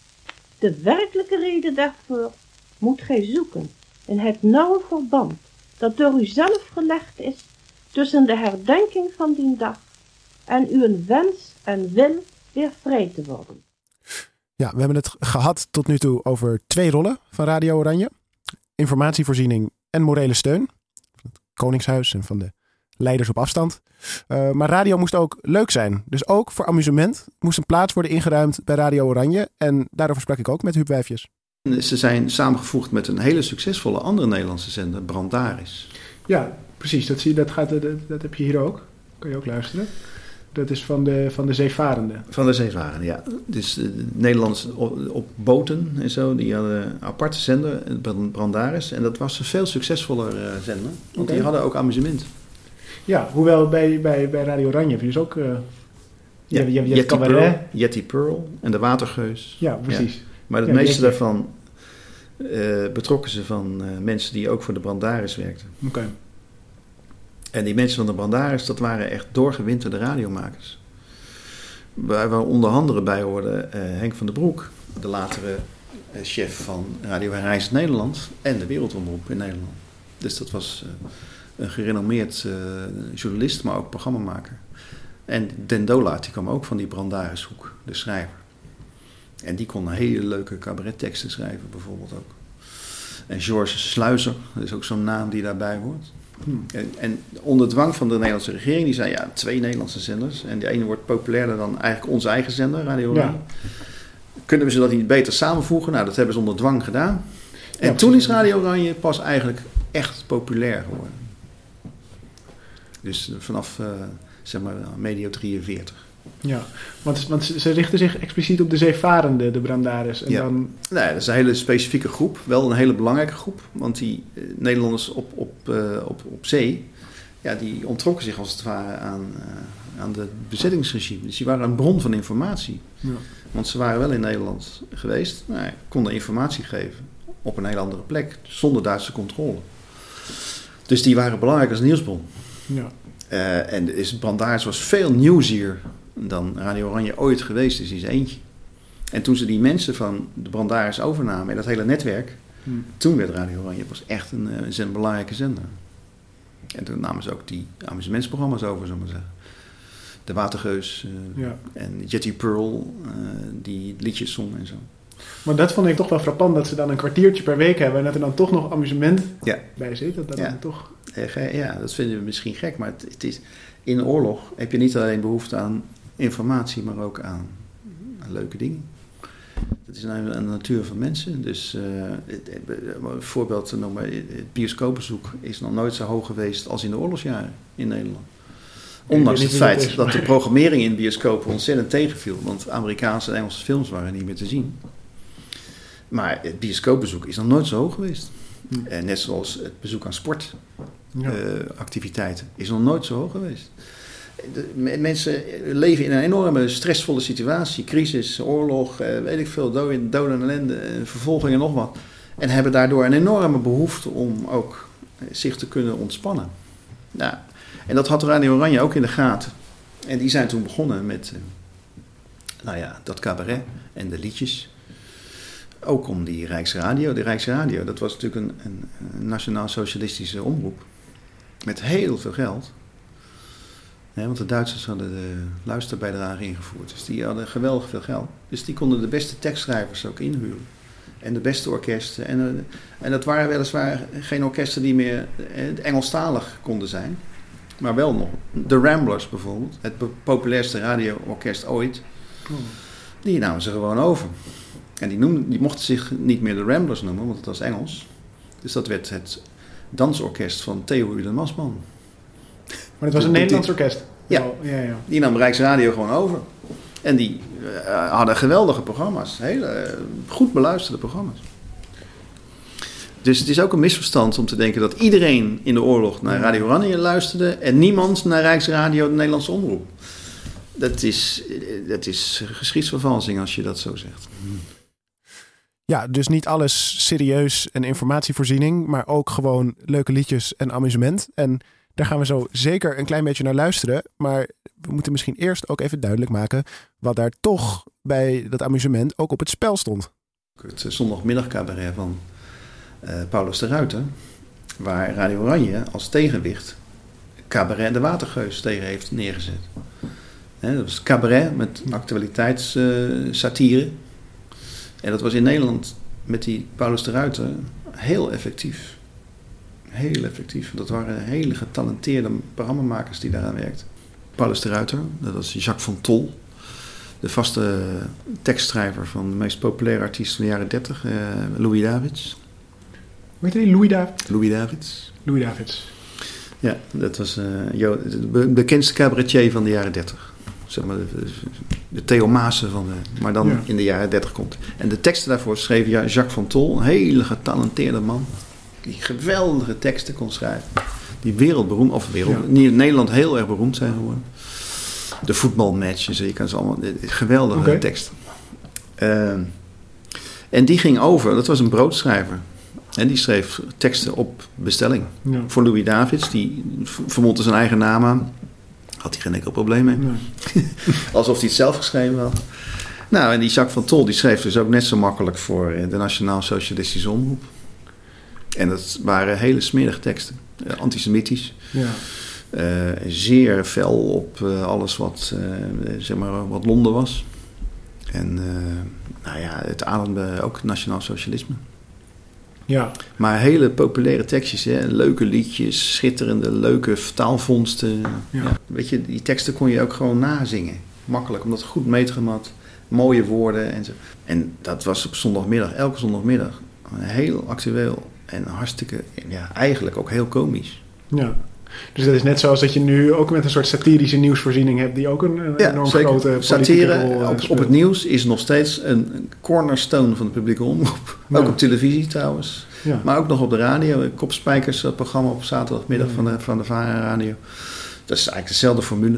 De werkelijke reden daarvoor moet gij zoeken in het nauwe verband dat door u zelf gelegd is tussen de herdenking van die dag en uw wens en wil weer vrij te worden. Ja, we hebben het gehad tot nu toe over 2 rollen van Radio Oranje. Informatievoorziening en morele steun. Van het Koningshuis en van de leiders op afstand. Maar radio moest ook leuk zijn. Dus ook voor amusement moest een plaats worden ingeruimd bij Radio Oranje. En daarover sprak ik ook met Huub Wijfjes. Ze zijn samengevoegd met een hele succesvolle andere Nederlandse zender, Brandaris. Ja, precies. Dat heb je hier ook. Kan je ook luisteren. Dat is van de zeevarenden. Van de zeevarenden, ja. Dus Nederlands op boten en zo, die hadden een aparte zender, Brandaris. En dat was een veel succesvoller zender, want die hadden ook amusement. Ja, hoewel bij Radio Oranje heb je dus ook... Yeti Pearl en de Watergeus. Ja, precies. Ja. Maar het meeste daarvan betrokken ze van mensen die ook voor de Brandaris werkten. Oké. En die mensen van de Brandaris, dat waren echt doorgewinterde radiomakers. Waar we onder andere bij hoorden Henk van der Broek, de latere chef van Radio Reis Nederland en de Wereldomroep in Nederland. Dus dat was een gerenommeerd journalist, maar ook programmamaker. En Den Dolaert, die kwam ook van die Brandarishoek, de schrijver. En die kon hele leuke cabaretteksten schrijven, bijvoorbeeld ook. En Georges Sluizer, dat is ook zo'n naam die daarbij hoort. En onder dwang van de Nederlandse regering, die zei 2 Nederlandse zenders. En de ene wordt populairder dan eigenlijk onze eigen zender, Radio Oranje. Ja. Kunnen we ze dat niet beter samenvoegen? Nou, dat hebben ze onder dwang gedaan. En toen is Radio Oranje pas eigenlijk echt populair geworden. Dus vanaf, medio 43. Ja, want ze richten zich expliciet op de zeevarenden, de Brandaris. En dan... Nee, dat is een hele specifieke groep. Wel een hele belangrijke groep. Want die Nederlanders op zee, die ontrokken zich als het ware aan de bezettingsregime. Dus die waren een bron van informatie. Ja. Want ze waren wel in Nederland geweest. Konden informatie geven op een hele andere plek. Zonder Duitse controle. Dus die waren belangrijk als nieuwsbron. Ja. En Brandaris was veel nieuwsier dan Radio Oranje ooit geweest is in zijn eentje. En toen ze die mensen van de Brandaris overnamen en dat hele netwerk, toen werd Radio Oranje pas echt een belangrijke zender. En toen namen ze ook die amusementsprogramma's over, zullen we zeggen. De Watergeus en Jetty Pearl, die liedjes zongen en zo. Maar dat vond ik toch wel frappant, dat ze dan een kwartiertje per week hebben en dat er dan toch nog amusement bij zit. Dat dan toch... Ja, dat vinden we misschien gek, maar het is, in een oorlog heb je niet alleen behoefte aan informatie, maar ook aan leuke dingen. Dat is een natuur van mensen. Dus een voorbeeld te noemen, het bioscoopbezoek is nog nooit zo hoog geweest als in de oorlogsjaren in Nederland. Ondanks het feit dat de programmering in bioscopen ontzettend tegenviel, want Amerikaanse en Engelse films waren niet meer te zien. Maar het bioscoopbezoek is nog nooit zo hoog geweest. Net zoals het bezoek aan sportactiviteiten is nog nooit zo hoog geweest. Mensen leven in een enorme stressvolle situatie, crisis, oorlog, weet ik veel, dood en ellende, vervolging en nog wat. En hebben daardoor een enorme behoefte om ook zich te kunnen ontspannen. Nou, en dat had Radio Oranje ook in de gaten. En die zijn toen begonnen met dat cabaret en de liedjes. Ook om die Rijksradio. De Rijksradio, dat was natuurlijk een nationaal-socialistische omroep. Met heel veel geld. Want de Duitsers hadden de luisterbijdrage ingevoerd. Dus die hadden geweldig veel geld. Dus die konden de beste tekstschrijvers ook inhuren. En de beste orkesten. En dat waren weliswaar geen orkesten die meer Engelstalig konden zijn. Maar wel nog. De Ramblers bijvoorbeeld. Het populairste radioorkest ooit. Die namen ze gewoon over. En die mochten zich niet meer de Ramblers noemen, want het was Engels. Dus dat werd het dansorkest van Theo Ulen Masman. Maar het was een Nederlands orkest? Ja. Die nam Rijksradio gewoon over. En die hadden geweldige programma's. Hele goed beluisterde programma's. Dus het is ook een misverstand om te denken dat iedereen in de oorlog naar Radio Oranje luisterde en niemand naar Rijksradio, de Nederlandse omroep. Dat is geschiedsvervalsing als je dat zo zegt. Ja, dus niet alles serieus en informatievoorziening, maar ook gewoon leuke liedjes en amusement. En daar gaan we zo zeker een klein beetje naar luisteren. Maar we moeten misschien eerst ook even duidelijk maken wat daar toch bij dat amusement ook op het spel stond. Het zondagmiddagcabaret van Paulus de Ruiter, waar Radio Oranje als tegenwicht cabaret de Watergeus tegen heeft neergezet. Dat was cabaret met actualiteitssatire. En dat was in Nederland met die Paulus de Ruiter heel effectief. Heel effectief. Dat waren hele getalenteerde programmamakers die daaraan werkten. Paulus de Ruiter, dat was Jacques van Tol. De vaste tekstschrijver van de meest populaire artiest van de jaren 30. Louis Davids. Hoe heet die? Louis Davids? Louis Davids. Louis Davids. Ja, dat was de bekendste cabaretier van de jaren 30. Zeg maar de Theo Maassen van maar dan in de jaren 30 komt. En de teksten daarvoor schreef Jacques van Tol, een hele getalenteerde man. Die geweldige teksten kon schrijven. Die wereldberoemd, in Nederland heel erg beroemd zijn geworden. De voetbalmatches, je kan ze allemaal, geweldige teksten. En die ging over, dat was een broodschrijver. En die schreef teksten op bestelling. Ja. Voor Louis Davids, die vermomde zijn eigen naam aan. Had hij geen enkel probleem mee. Nee. Alsof hij het zelf geschreven had. Nou, en die Jacques van Tol, die schreef dus ook net zo makkelijk voor de Nationaal Socialistische Omroep. En dat waren hele smerige teksten. Antisemitisch. Ja. Zeer fel op alles wat Londen was. En het ademde ook nationaal socialisme. Ja. Maar hele populaire tekstjes, hè? Leuke liedjes, schitterende, leuke taalvondsten. Ja. Ja, weet je, die teksten kon je ook gewoon nazingen. Makkelijk, omdat het goed meetgem had. Mooie woorden en zo. En dat was op zondagmiddag, elke zondagmiddag. Heel actueel en hartstikke, eigenlijk ook heel komisch. Ja. Dus dat is net zoals dat je nu ook met een soort satirische nieuwsvoorziening hebt... die ook een enorm zeker. Grote satire rol op het nieuws is nog steeds een cornerstone van de publieke omroep. Ja. Ook op televisie trouwens. Ja. Maar ook nog op de radio. Kopspijkers, dat programma op zaterdagmiddag van de VARA Radio. Dat is eigenlijk dezelfde formule.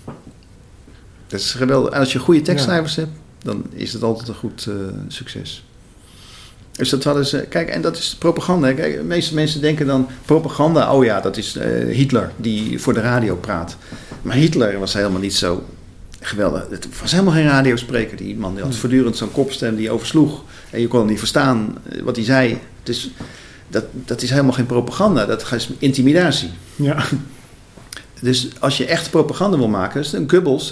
Dat is geweldig. En als je goede tekstschrijvers hebt, dan is het altijd een goed succes. Dus dat hadden ze... Kijk, en dat is propaganda. Kijk, de meeste mensen denken dan... Propaganda, dat is Hitler die voor de radio praat. Maar Hitler was helemaal niet zo geweldig. Het was helemaal geen radiospreker. Die man die had voortdurend zo'n kopstem die oversloeg. En je kon hem niet verstaan wat hij zei. Dus dat is helemaal geen propaganda. Dat is intimidatie. Ja. Dus als je echt propaganda wil maken... Dus een Goebbels,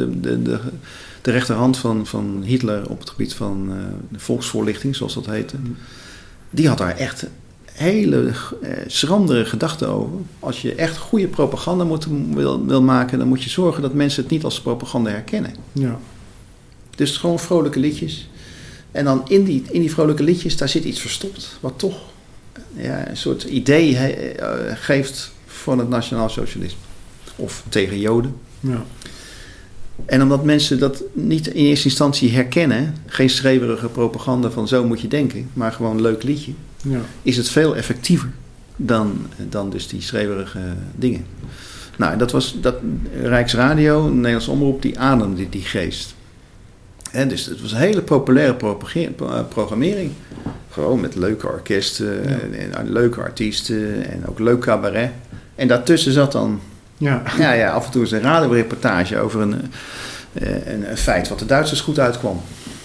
de rechterhand van Hitler op het gebied van de volksvoorlichting, zoals dat heette. Die had daar echt hele schrandere gedachten over. Als je echt goede propaganda wil maken, dan moet je zorgen dat mensen het niet als propaganda herkennen. Ja. Dus gewoon vrolijke liedjes. En dan in die vrolijke liedjes, daar zit iets verstopt, wat toch een soort idee geeft van het nationaal socialisme. Of tegen Joden. Ja. En omdat mensen dat niet in eerste instantie herkennen, geen schreeuwerige propaganda van zo moet je denken, maar gewoon een leuk liedje, is het veel effectiever dan dus die schreeuwerige dingen. Nou, en dat Rijksradio, de Nederlandse omroep, die ademde die geest. En dus het was een hele populaire programmering. Gewoon met leuke orkesten en leuke artiesten en ook leuk cabaret. En daartussen zat dan af en toe eens een radioreportage over een feit wat de Duitsers goed uitkwam.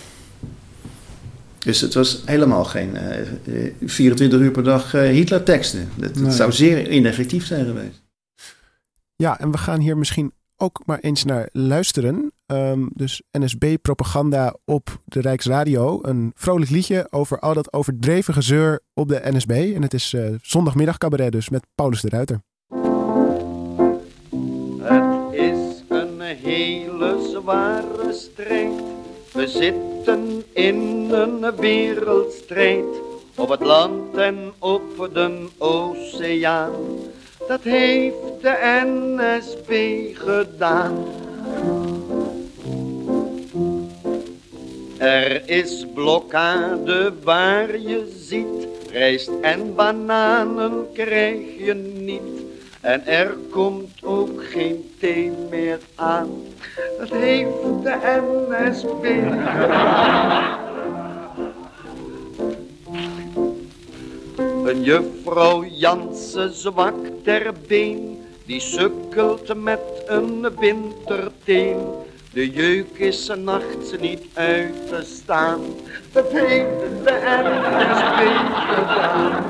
Dus het was helemaal geen 24 uur per dag Hitler-teksten. Dat zou zeer ineffectief zijn geweest. Ja, en we gaan hier misschien ook maar eens naar luisteren. Dus NSB-propaganda op de Rijksradio. Een vrolijk liedje over al dat overdreven gezeur op de NSB. En het is zondagmiddag cabaret dus met Paulus de Ruiter. Het is een hele zware strijd. We zitten in een wereldstrijd. Op het land en op de oceaan. Dat heeft de NSB gedaan. Er is blokkade waar je ziet. Rijst en bananen krijg je niet. En er komt ook geen thee meer aan. Dat heeft de NSB gedaan. Een juffrouw Jansen zwak ter been, die sukkelt met een winterteen. De jeuk is 's nachts niet uit te staan. Dat heeft de NSB gedaan.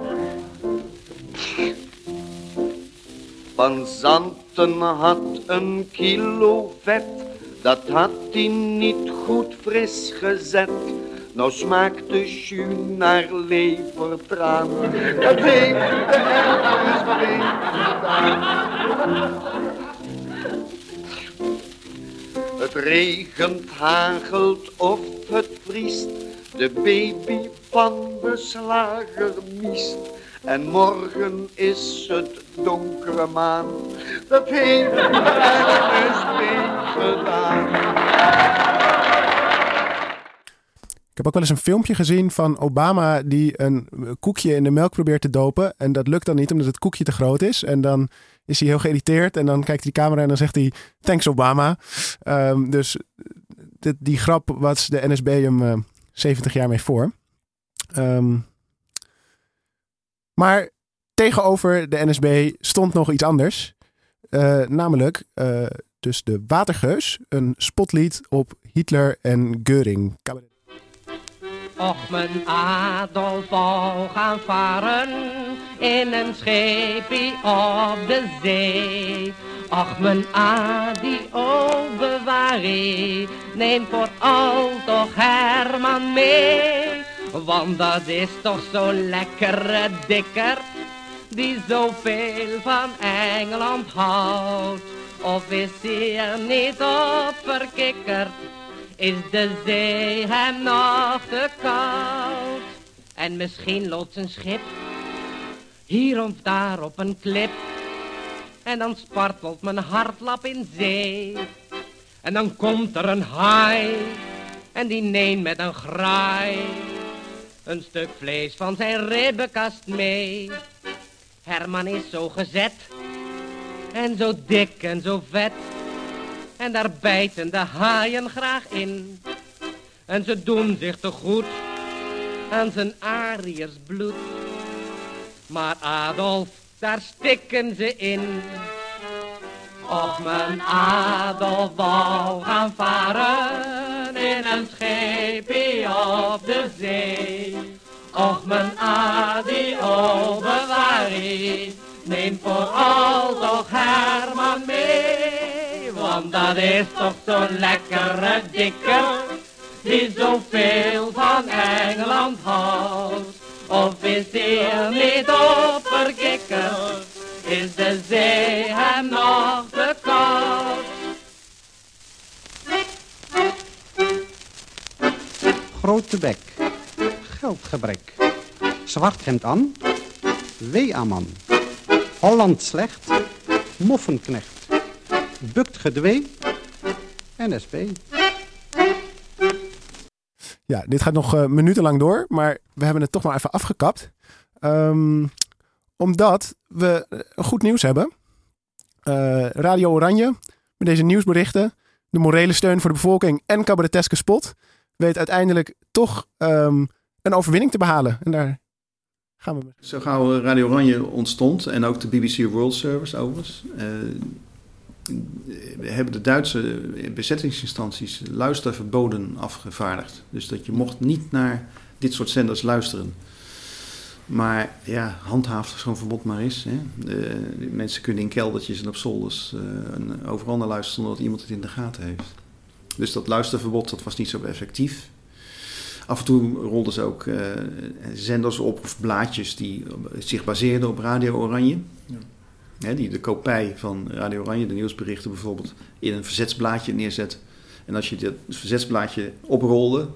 Van Zanten had een kilo vet, dat had hij niet goed fris gezet. Nou smaakt de jus naar levertraan. Dat heeft de NSB gedaan. Het regent, hagelt of het vriest. De baby van de slager miest. En morgen is het donkere maan. Dat heeft de NSB gedaan. Ik heb ook wel eens een filmpje gezien van Obama die een koekje in de melk probeert te dopen. En dat lukt dan niet omdat het koekje te groot is. En dan is hij heel geïrriteerd en dan kijkt hij de camera en dan zegt hij thanks Obama. Dus die grap was de NSB hem 70 jaar mee voor. Maar tegenover de NSB stond nog iets anders. Namelijk dus de Watergeus, een spotlied op Hitler en Göring. Och, mijn Adolf wou gaan varen in een scheepie op de zee. Och, mijn Adi, o bewarie, neem voor al toch Herman mee. Want dat is toch zo'n lekkere dikker, die zoveel van Engeland houdt. Of is hij er niet op verkikkerd, is de zee hem nog te koud. En misschien loopt zijn schip hier of daar op een klip, en dan spartelt mijn hartlap in zee. En dan komt er een haai, en die neemt met een graai een stuk vlees van zijn ribbenkast mee. Herman is zo gezet, en zo dik en zo vet, en daar bijten de haaien graag in. En ze doen zich te goed aan zijn Ariërsbloed. Maar Adolf, daar stikken ze in. Och, mijn Adolf wou gaan varen in een scheepje op de zee. Och, mijn Adi, o bewarie, neem voor al toch Herman mee. Want dat is toch zo'n lekkere dikker, die zoveel van Engeland houdt. Of is hij er niet op verkikkerd, is de zee hem nog te koud. Grote bek, geldgebrek, zwart hemd aan, weeaman, Holland slecht, moffenknecht, bukt gedwee, NSB. Ja, dit gaat nog minutenlang door, maar we hebben het toch maar even afgekapt. Omdat we goed nieuws hebben. Radio Oranje, met deze nieuwsberichten, de morele steun voor de bevolking en cabareteske spot, weet uiteindelijk toch een overwinning te behalen. En daar gaan we mee. Zo gauw Radio Oranje ontstond, en ook de BBC World Service overigens, hebben de Duitse bezettingsinstanties luisterverboden afgevaardigd. Dus dat je mocht niet naar dit soort zenders luisteren. Maar ja, handhaaf zo'n verbod maar is. Hè. Mensen kunnen in keldertjes en op zolders overal naar luisteren zonder dat iemand het in de gaten heeft. Dus dat luisterverbod, dat was niet zo effectief. Af en toe rolden ze ook zenders op of blaadjes die zich baseerden op Radio Oranje. Ja. Hè, die de kopij van Radio Oranje, de nieuwsberichten bijvoorbeeld, in een verzetsblaadje neerzet. En als je dat verzetsblaadje oprolde,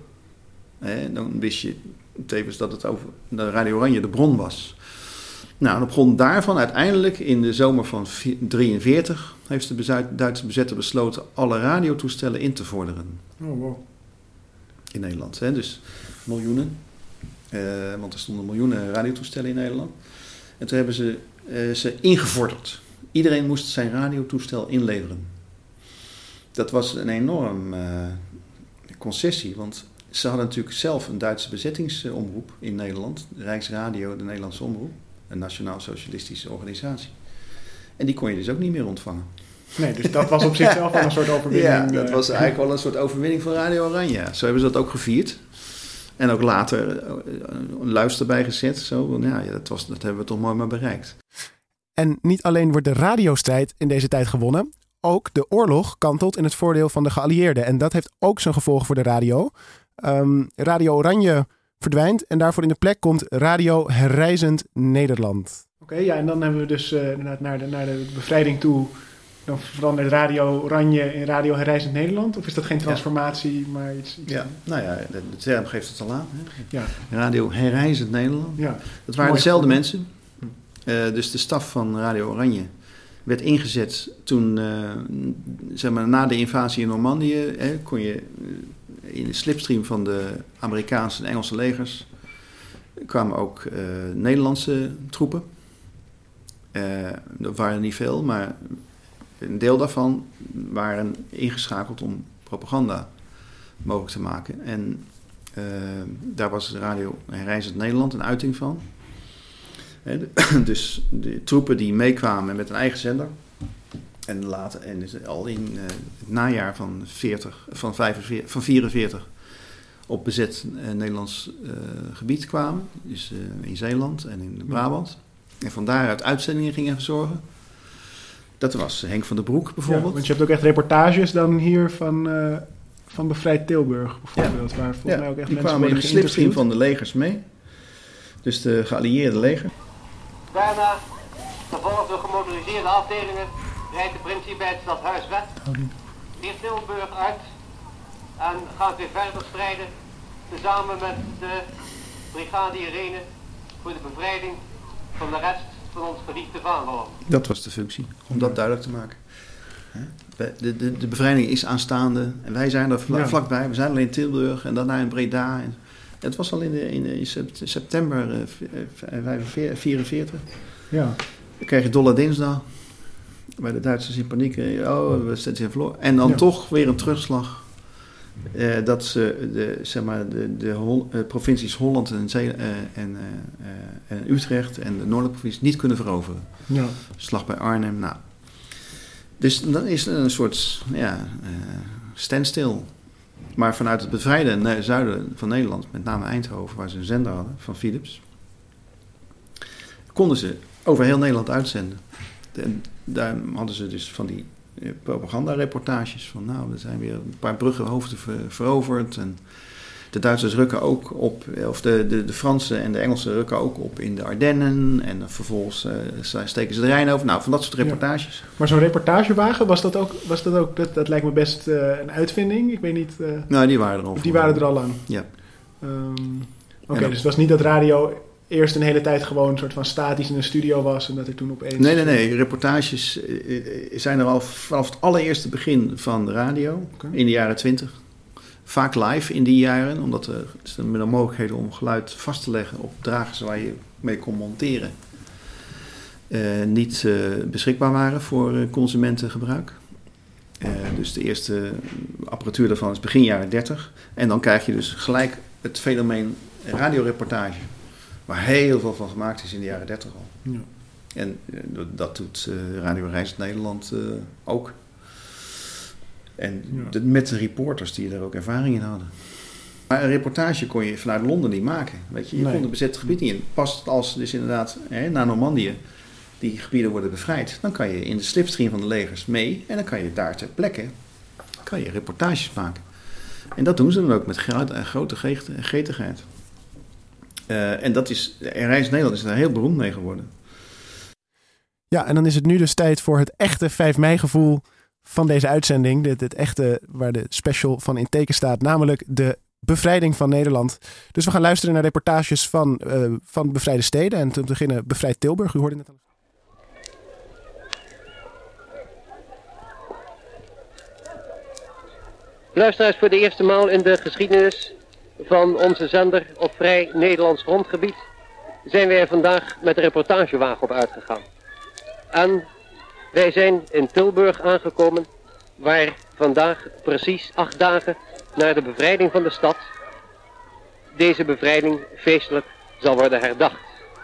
dan wist je tevens dat het over de Radio Oranje de bron was. Nou, op grond daarvan uiteindelijk in de zomer van 1943 heeft de Duitse bezetter besloten alle radiotoestellen in te vorderen. Oh, wow. In Nederland, hè? Dus miljoenen. Want er stonden miljoenen radiotoestellen in Nederland. En toen hebben ze ingevorderd. Iedereen moest zijn radiotoestel inleveren. Dat was een enorm concessie, want ze hadden natuurlijk zelf een Duitse bezettingsomroep in Nederland. De Rijksradio, de Nederlandse Omroep. Een nationaal-socialistische organisatie. En die kon je dus ook niet meer ontvangen. Nee, dus dat was op zichzelf wel een soort overwinning. Ja, dat was eigenlijk wel een soort overwinning van Radio Oranje. Zo hebben ze dat ook gevierd. En ook later een luister bijgezet. Zo, ja, dat hebben we toch mooi maar bereikt. En niet alleen wordt de radiostrijd in deze tijd gewonnen, ook de oorlog kantelt in het voordeel van de geallieerden. En dat heeft ook zijn gevolgen voor de radio. Radio Oranje verdwijnt en daarvoor in de plek komt Radio Herrijzend Nederland. Oké, ja, en dan hebben we dus naar de bevrijding toe, dan verandert Radio Oranje in Radio Herrijzend Nederland? Of is dat geen transformatie, maar iets ja, nou ja, de term geeft het al aan. Hè? Ja. Radio Herrijzend Nederland. Ja. Dat waren dezelfde mensen. Dus de staf van Radio Oranje werd ingezet toen, zeg maar, na de invasie in Normandië, kon je in de slipstream van de Amerikaanse en Engelse legers kwamen ook Nederlandse troepen. Dat waren niet veel, maar een deel daarvan waren ingeschakeld om propaganda mogelijk te maken. En daar was Radio Herrijzend Nederland een uiting van. Dus de troepen die meekwamen met een eigen zender. En later, al in het najaar van 44 op bezet Nederlands gebied kwamen. Dus in Zeeland en in Brabant. En van daaruit uitzendingen gingen verzorgen. Dat was Henk van der Broek bijvoorbeeld. Ja, want je hebt ook echt reportages dan hier van Bevrijd Tilburg bijvoorbeeld. Waar volgens mij ook echt die mensen kwamen in worden de slipstream geïnterviewd. van de legers mee. Dus de geallieerde leger. Daarna, gevolgd door gemotoriseerde afdelingen, rijdt de politie bij het stadhuis weg, hier Tilburg uit en gaat weer verder strijden, tezamen met de brigade Irene, voor de bevrijding van de rest van ons geliefde vaderland. Dat was de functie, om dat duidelijk te maken. De bevrijding is aanstaande en wij zijn er vlakbij. We zijn alleen in Tilburg en daarna in Breda. En het was al in september 1944. Ja. Dan kreeg je Dolle Dinsdag. Bij de Duitsers in paniek. We zetten verloren. En dan toch weer een terugslag. Dat ze de provincies Holland en Utrecht en de noordelijke provincies niet kunnen veroveren. Ja. Slag bij Arnhem. Nou. Dus dan is er een soort standstill. Maar vanuit het bevrijde zuiden van Nederland, met name Eindhoven, waar ze een zender hadden van Philips, konden ze over heel Nederland uitzenden. En daar hadden ze dus van die propagandareportages van, nou, er zijn weer een paar bruggenhoofden veroverd en de Duitsers rukken ook op, of de Fransen en de Engelsen rukken ook op in de Ardennen en vervolgens steken ze de Rijn over. Nou, van dat soort reportages. Ja. Maar zo'n reportagewagen, was dat ook dat lijkt me best een uitvinding. Ik weet niet. Nou, die waren er al. Die waren er al lang. Ja. Oké, dus het was niet dat radio eerst een hele tijd gewoon een soort van statisch in een studio was en dat er toen opeens... Nee. Reportages zijn er al vanaf het allereerste begin van de radio, in de jaren 20. Vaak live in die jaren, omdat er met de mogelijkheden om geluid vast te leggen op dragers waar je mee kon monteren, niet beschikbaar waren voor consumentengebruik. Dus de eerste apparatuur daarvan is begin jaren 30. En dan krijg je dus gelijk het fenomeen radioreportage, waar heel veel van gemaakt is in de jaren 30 al. Ja. En dat doet Radio Reis Nederland ook. En met de reporters die er ook ervaring in hadden. Maar een reportage kon je vanuit Londen niet maken. Weet je kon het bezette gebied niet in. Pas als dus inderdaad naar Normandië die gebieden worden bevrijd, dan kan je in de slipstream van de legers mee en dan kan je daar ter plekke reportages maken. En dat doen ze dan ook met grote gretigheid. En dat is, Reis Nederland is daar heel beroemd mee geworden. Ja, en dan is het nu dus tijd voor het echte 5 mei gevoel van deze uitzending. Het echte waar de special van in teken staat, namelijk de bevrijding van Nederland. Dus we gaan luisteren naar reportages van bevrijde steden. En te beginnen Bevrijd Tilburg. U hoorde net al. Luisteraars, voor de eerste maal in de geschiedenis van onze zender op vrij Nederlands grondgebied zijn wij er vandaag met de reportagewagen op uitgegaan. En wij zijn in Tilburg aangekomen, waar vandaag precies 8 dagen na de bevrijding van de stad deze bevrijding feestelijk zal worden herdacht.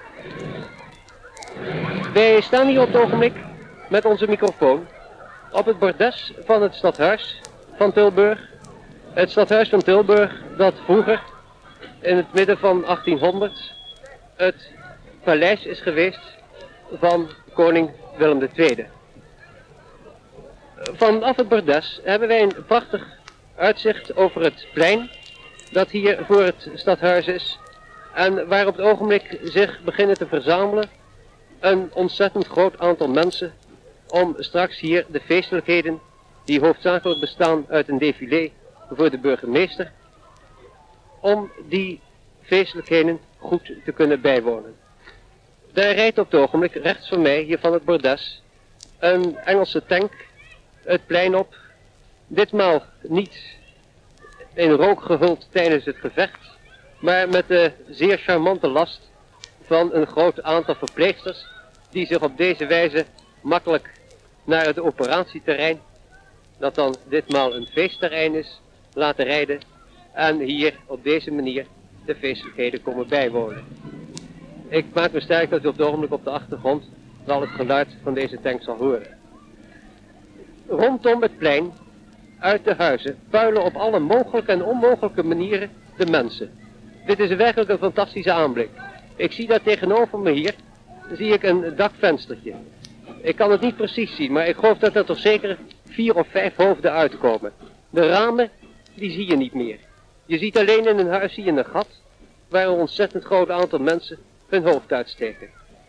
Wij staan hier op het ogenblik met onze microfoon op het bordes van het stadhuis van Tilburg. Het stadhuis van Tilburg dat vroeger in het midden van 1800 het paleis is geweest van koning Willem II. Vanaf het bordes hebben wij een prachtig uitzicht over het plein dat hier voor het stadhuis is en waar op het ogenblik zich beginnen te verzamelen een ontzettend groot aantal mensen om straks hier de feestelijkheden die hoofdzakelijk bestaan uit een défilé voor de burgemeester, om die feestelijkheden goed te kunnen bijwonen. Daar rijdt op het ogenblik rechts van mij, hier van het bordes, een Engelse tank het plein op, ditmaal niet in rook gehuld tijdens het gevecht, maar met de zeer charmante last van een groot aantal verpleegsters die zich op deze wijze makkelijk naar het operatieterrein, dat dan ditmaal een feestterrein is, laten rijden en hier op deze manier de feestelijkheden komen bijwonen. Ik maak me sterk dat u op het ogenblik op de achtergrond wel het geluid van deze tank zal horen. Rondom het plein, uit de huizen, puilen op alle mogelijke en onmogelijke manieren de mensen. Dit is werkelijk een fantastische aanblik. Ik zie daar tegenover me hier zie ik een dakvenstertje. Ik kan het niet precies zien, maar ik geloof dat er toch zeker 4 of 5 hoofden uitkomen. De ramen, die zie je niet meer. Je ziet alleen in een huis zie je een gat, waar een ontzettend groot aantal mensen hun hoofd uitsteken.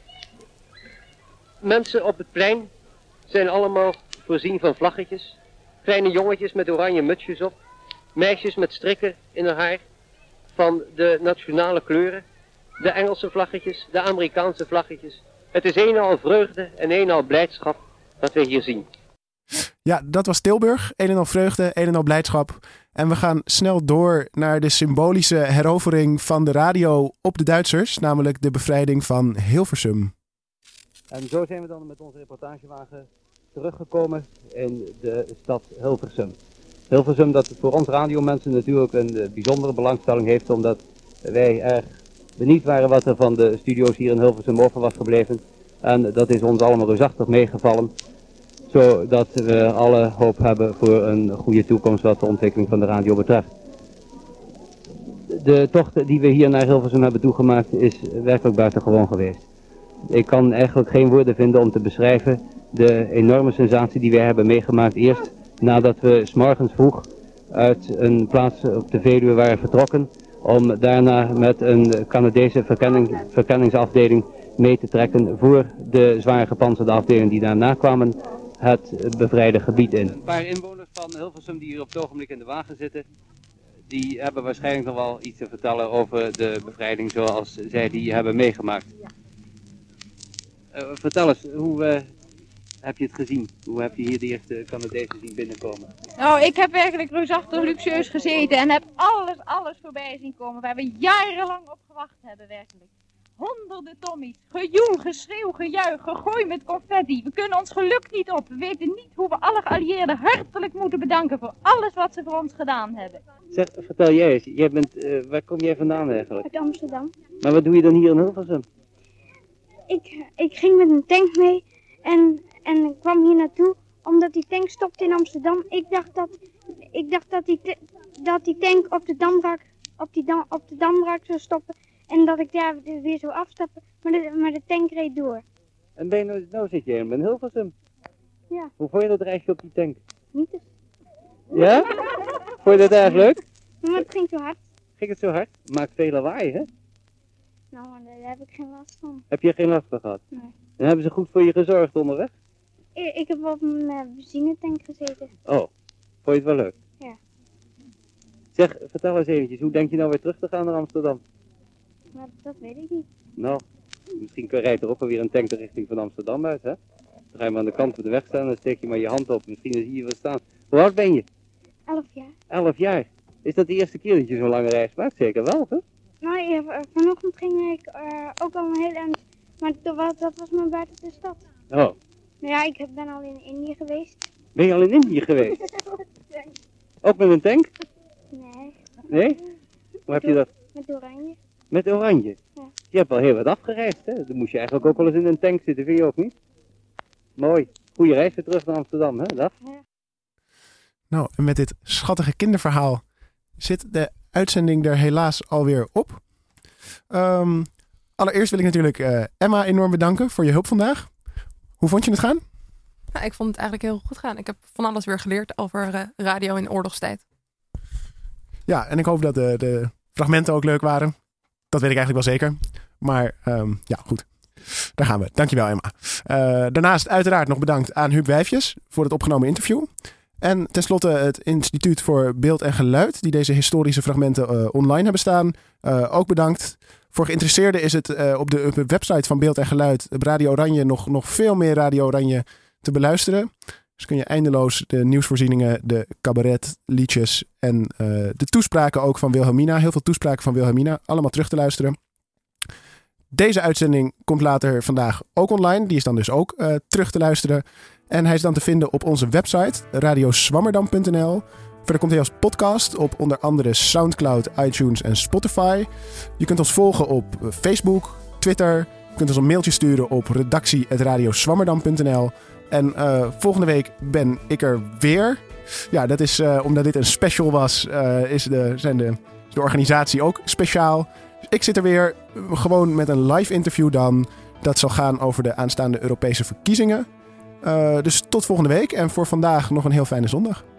Mensen op het plein zijn allemaal voorzien van vlaggetjes. Kleine jongetjes met oranje mutsjes op. Meisjes met strikken in hun haar van de nationale kleuren. De Engelse vlaggetjes, de Amerikaanse vlaggetjes. Het is een en al vreugde en een en al blijdschap wat we hier zien. Ja, dat was Tilburg. Een en al vreugde, een en al blijdschap. En we gaan snel door naar de symbolische herovering van de radio op de Duitsers. Namelijk de bevrijding van Hilversum. En zo zijn we dan met onze reportagewagen teruggekomen in de stad Hilversum. Hilversum dat voor ons radiomensen natuurlijk een bijzondere belangstelling heeft, omdat wij erg benieuwd waren wat er van de studio's hier in Hilversum over was gebleven. En dat is ons allemaal reusachtig meegevallen, zodat we alle hoop hebben voor een goede toekomst wat de ontwikkeling van de radio betreft. De tocht die we hier naar Hilversum hebben toegemaakt is werkelijk buitengewoon geweest. Ik kan eigenlijk geen woorden vinden om te beschrijven de enorme sensatie die wij hebben meegemaakt. Eerst nadat we 's morgens vroeg uit een plaats op de Veluwe waren vertrokken, om daarna met een Canadese verkenningsafdeling mee te trekken voor de zwaar gepantserde afdelingen die daarna kwamen het bevrijde gebied in. Een paar inwoners van Hilversum die hier op het ogenblik in de wagen zitten, die hebben waarschijnlijk nog wel iets te vertellen over de bevrijding zoals zij die hebben meegemaakt. Vertel eens, hoe heb je het gezien? Hoe heb je hier de eerste Canadezen zien binnenkomen? Nou, ik heb werkelijk reusachtig luxueus gezeten en heb alles voorbij zien komen waar we jarenlang op gewacht hebben, werkelijk. Honderden tommies, gejoel, geschreeuw, gejuich, gegooi met confetti. We kunnen ons geluk niet op. We weten niet hoe we alle geallieerden hartelijk moeten bedanken voor alles wat ze voor ons gedaan hebben. Zeg, vertel jij eens, waar kom jij vandaan eigenlijk? Uit Amsterdam. Maar wat doe je dan hier in Hilversum? Ik ging met een tank mee en ik kwam hier naartoe omdat die tank stopte in Amsterdam. Ik dacht dat die tank op de Damrak zou stoppen en dat ik daar weer zou afstappen, maar de tank reed door. En nou zit je in Hilversum? Ja. Hoe vond je dat reisje op die tank? Niet eens. Ja? Vond je dat erg leuk? Maar het ging zo hard. Ging het zo hard? Maakt veel lawaai, hè? Nou, daar heb ik geen last van. Heb je geen last van gehad? Nee. En hebben ze goed voor je gezorgd onderweg? Ik heb op een benzinetank gezeten. Oh, vond je het wel leuk? Ja. Zeg, vertel eens eventjes, hoe denk je nou weer terug te gaan naar Amsterdam? Maar dat weet ik niet. Nou, misschien rijdt er ook alweer een tank de richting van Amsterdam uit, hè? Dan ga je maar aan de kant van de weg staan en dan steek je maar je hand op. Misschien zie je wat staan. Hoe oud ben je? 11 jaar. 11 jaar? Is dat de eerste keer dat je zo'n lange reis maakt? Zeker wel, hè? Nou ja, vanochtend ging ik ook al een heel eind, maar dat was maar buiten de stad. Oh. Ja, ik ben al in Indië geweest. Ben je al in Indië geweest? Ook met een tank? Nee. Nee? Hoe heb je dat? Met oranje. Met oranje? Ja. Je hebt wel heel wat afgereisd, hè? Dan moest je eigenlijk ook wel eens in een tank zitten, vind je ook niet? Mooi. Goeie reis weer terug naar Amsterdam, hè? Dag. Ja. Nou, en met dit schattige kinderverhaal zit de uitzending er helaas alweer op. Allereerst wil ik natuurlijk Emma enorm bedanken voor je hulp vandaag. Hoe vond je het gaan? Nou, ik vond het eigenlijk heel goed gaan. Ik heb van alles weer geleerd over radio in oorlogstijd. Ja, en ik hoop dat de fragmenten ook leuk waren. Dat weet ik eigenlijk wel zeker. Maar ja, goed. Daar gaan we. Dankjewel, Emma. Daarnaast uiteraard nog bedankt aan Huub Wijfjes voor het opgenomen interview. En tenslotte het Instituut voor Beeld en Geluid, die deze historische fragmenten online hebben staan. Ook bedankt. Voor geïnteresseerden is het op de website van Beeld en Geluid, Radio Oranje, nog veel meer Radio Oranje te beluisteren. Dus kun je eindeloos de nieuwsvoorzieningen, de cabaretliedjes en de toespraken ook van Wilhelmina, heel veel toespraken van Wilhelmina, allemaal terug te luisteren. Deze uitzending komt later vandaag ook online. Die is dan dus ook terug te luisteren. En hij is dan te vinden op onze website, radioswammerdam.nl. Verder komt hij als podcast op onder andere Soundcloud, iTunes en Spotify. Je kunt ons volgen op Facebook, Twitter. Je kunt ons een mailtje sturen op redactie@radioswammerdam.nl. En volgende week ben ik er weer. Ja, dat is omdat dit een special was, is de organisatie ook speciaal. Ik zit er weer gewoon met een live interview dan. Dat zal gaan over de aanstaande Europese verkiezingen. Dus tot volgende week en voor vandaag nog een heel fijne zondag.